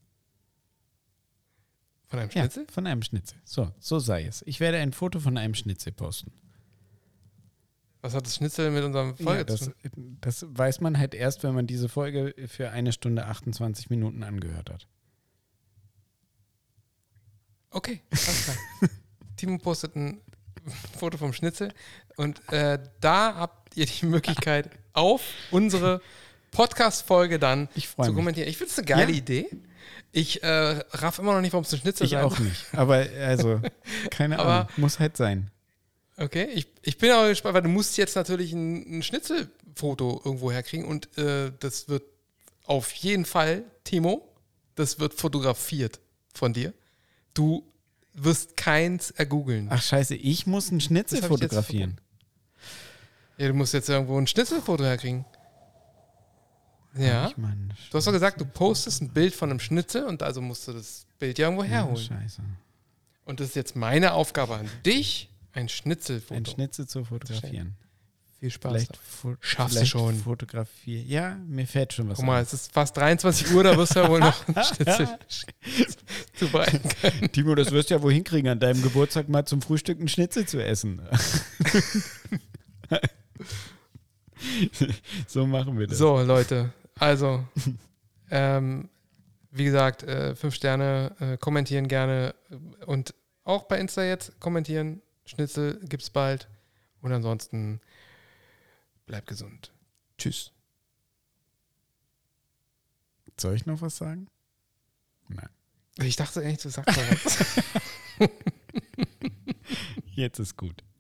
Von einem Schnitzel? Ja, von einem Schnitzel. So sei es. Ich werde ein Foto von einem Schnitzel posten. Was hat das Schnitzel mit unserem Folge Ja, zu tun? das weiß man halt erst, wenn man diese Folge für 1 Stunde 28 Minuten angehört hat. Okay, alles klar. Timo postet ein Foto vom Schnitzel und da habt ihr die Möglichkeit, auf unsere Podcast-Folge dann zu kommentieren. Ich finde es eine geile Idee. Ich raff immer noch nicht, warum es ein Schnitzel ist. Ich auch nicht. Aber also, keine Ahnung. Muss halt sein. Okay, ich bin aber gespannt, weil du musst jetzt natürlich ein Schnitzelfoto irgendwo herkriegen und das wird auf jeden Fall, Timo, das wird fotografiert von dir. Du wirst keins ergoogeln. Ach scheiße, ich muss ein Schnitzel fotografieren. Ja, du musst jetzt irgendwo ein Schnitzelfoto herkriegen. Ja. Du hast doch gesagt, du postest ein Bild von einem Schnitzel und also musst du das Bild ja irgendwo herholen. Scheiße. Und das ist jetzt meine Aufgabe an dich, ein Schnitzelfoto. Ein Schnitzel zu fotografieren. Viel Spaß. Schaffst du schon. Fotografieren. Ja, mir fällt schon was. Guck mal, es ist fast 23 Uhr, da wirst du ja wohl noch ein Schnitzel zubereiten können. Timo, das wirst du ja wohl hinkriegen, an deinem Geburtstag mal zum Frühstück einen Schnitzel zu essen. So machen wir das. So, Leute, also, wie gesagt, 5 Sterne, kommentieren gerne und auch bei Insta jetzt kommentieren. Schnitzel gibt's bald. Und ansonsten bleibt gesund. Tschüss. Soll ich noch was sagen? Nein. Ich dachte eigentlich, du sagst mal was. Jetzt ist gut.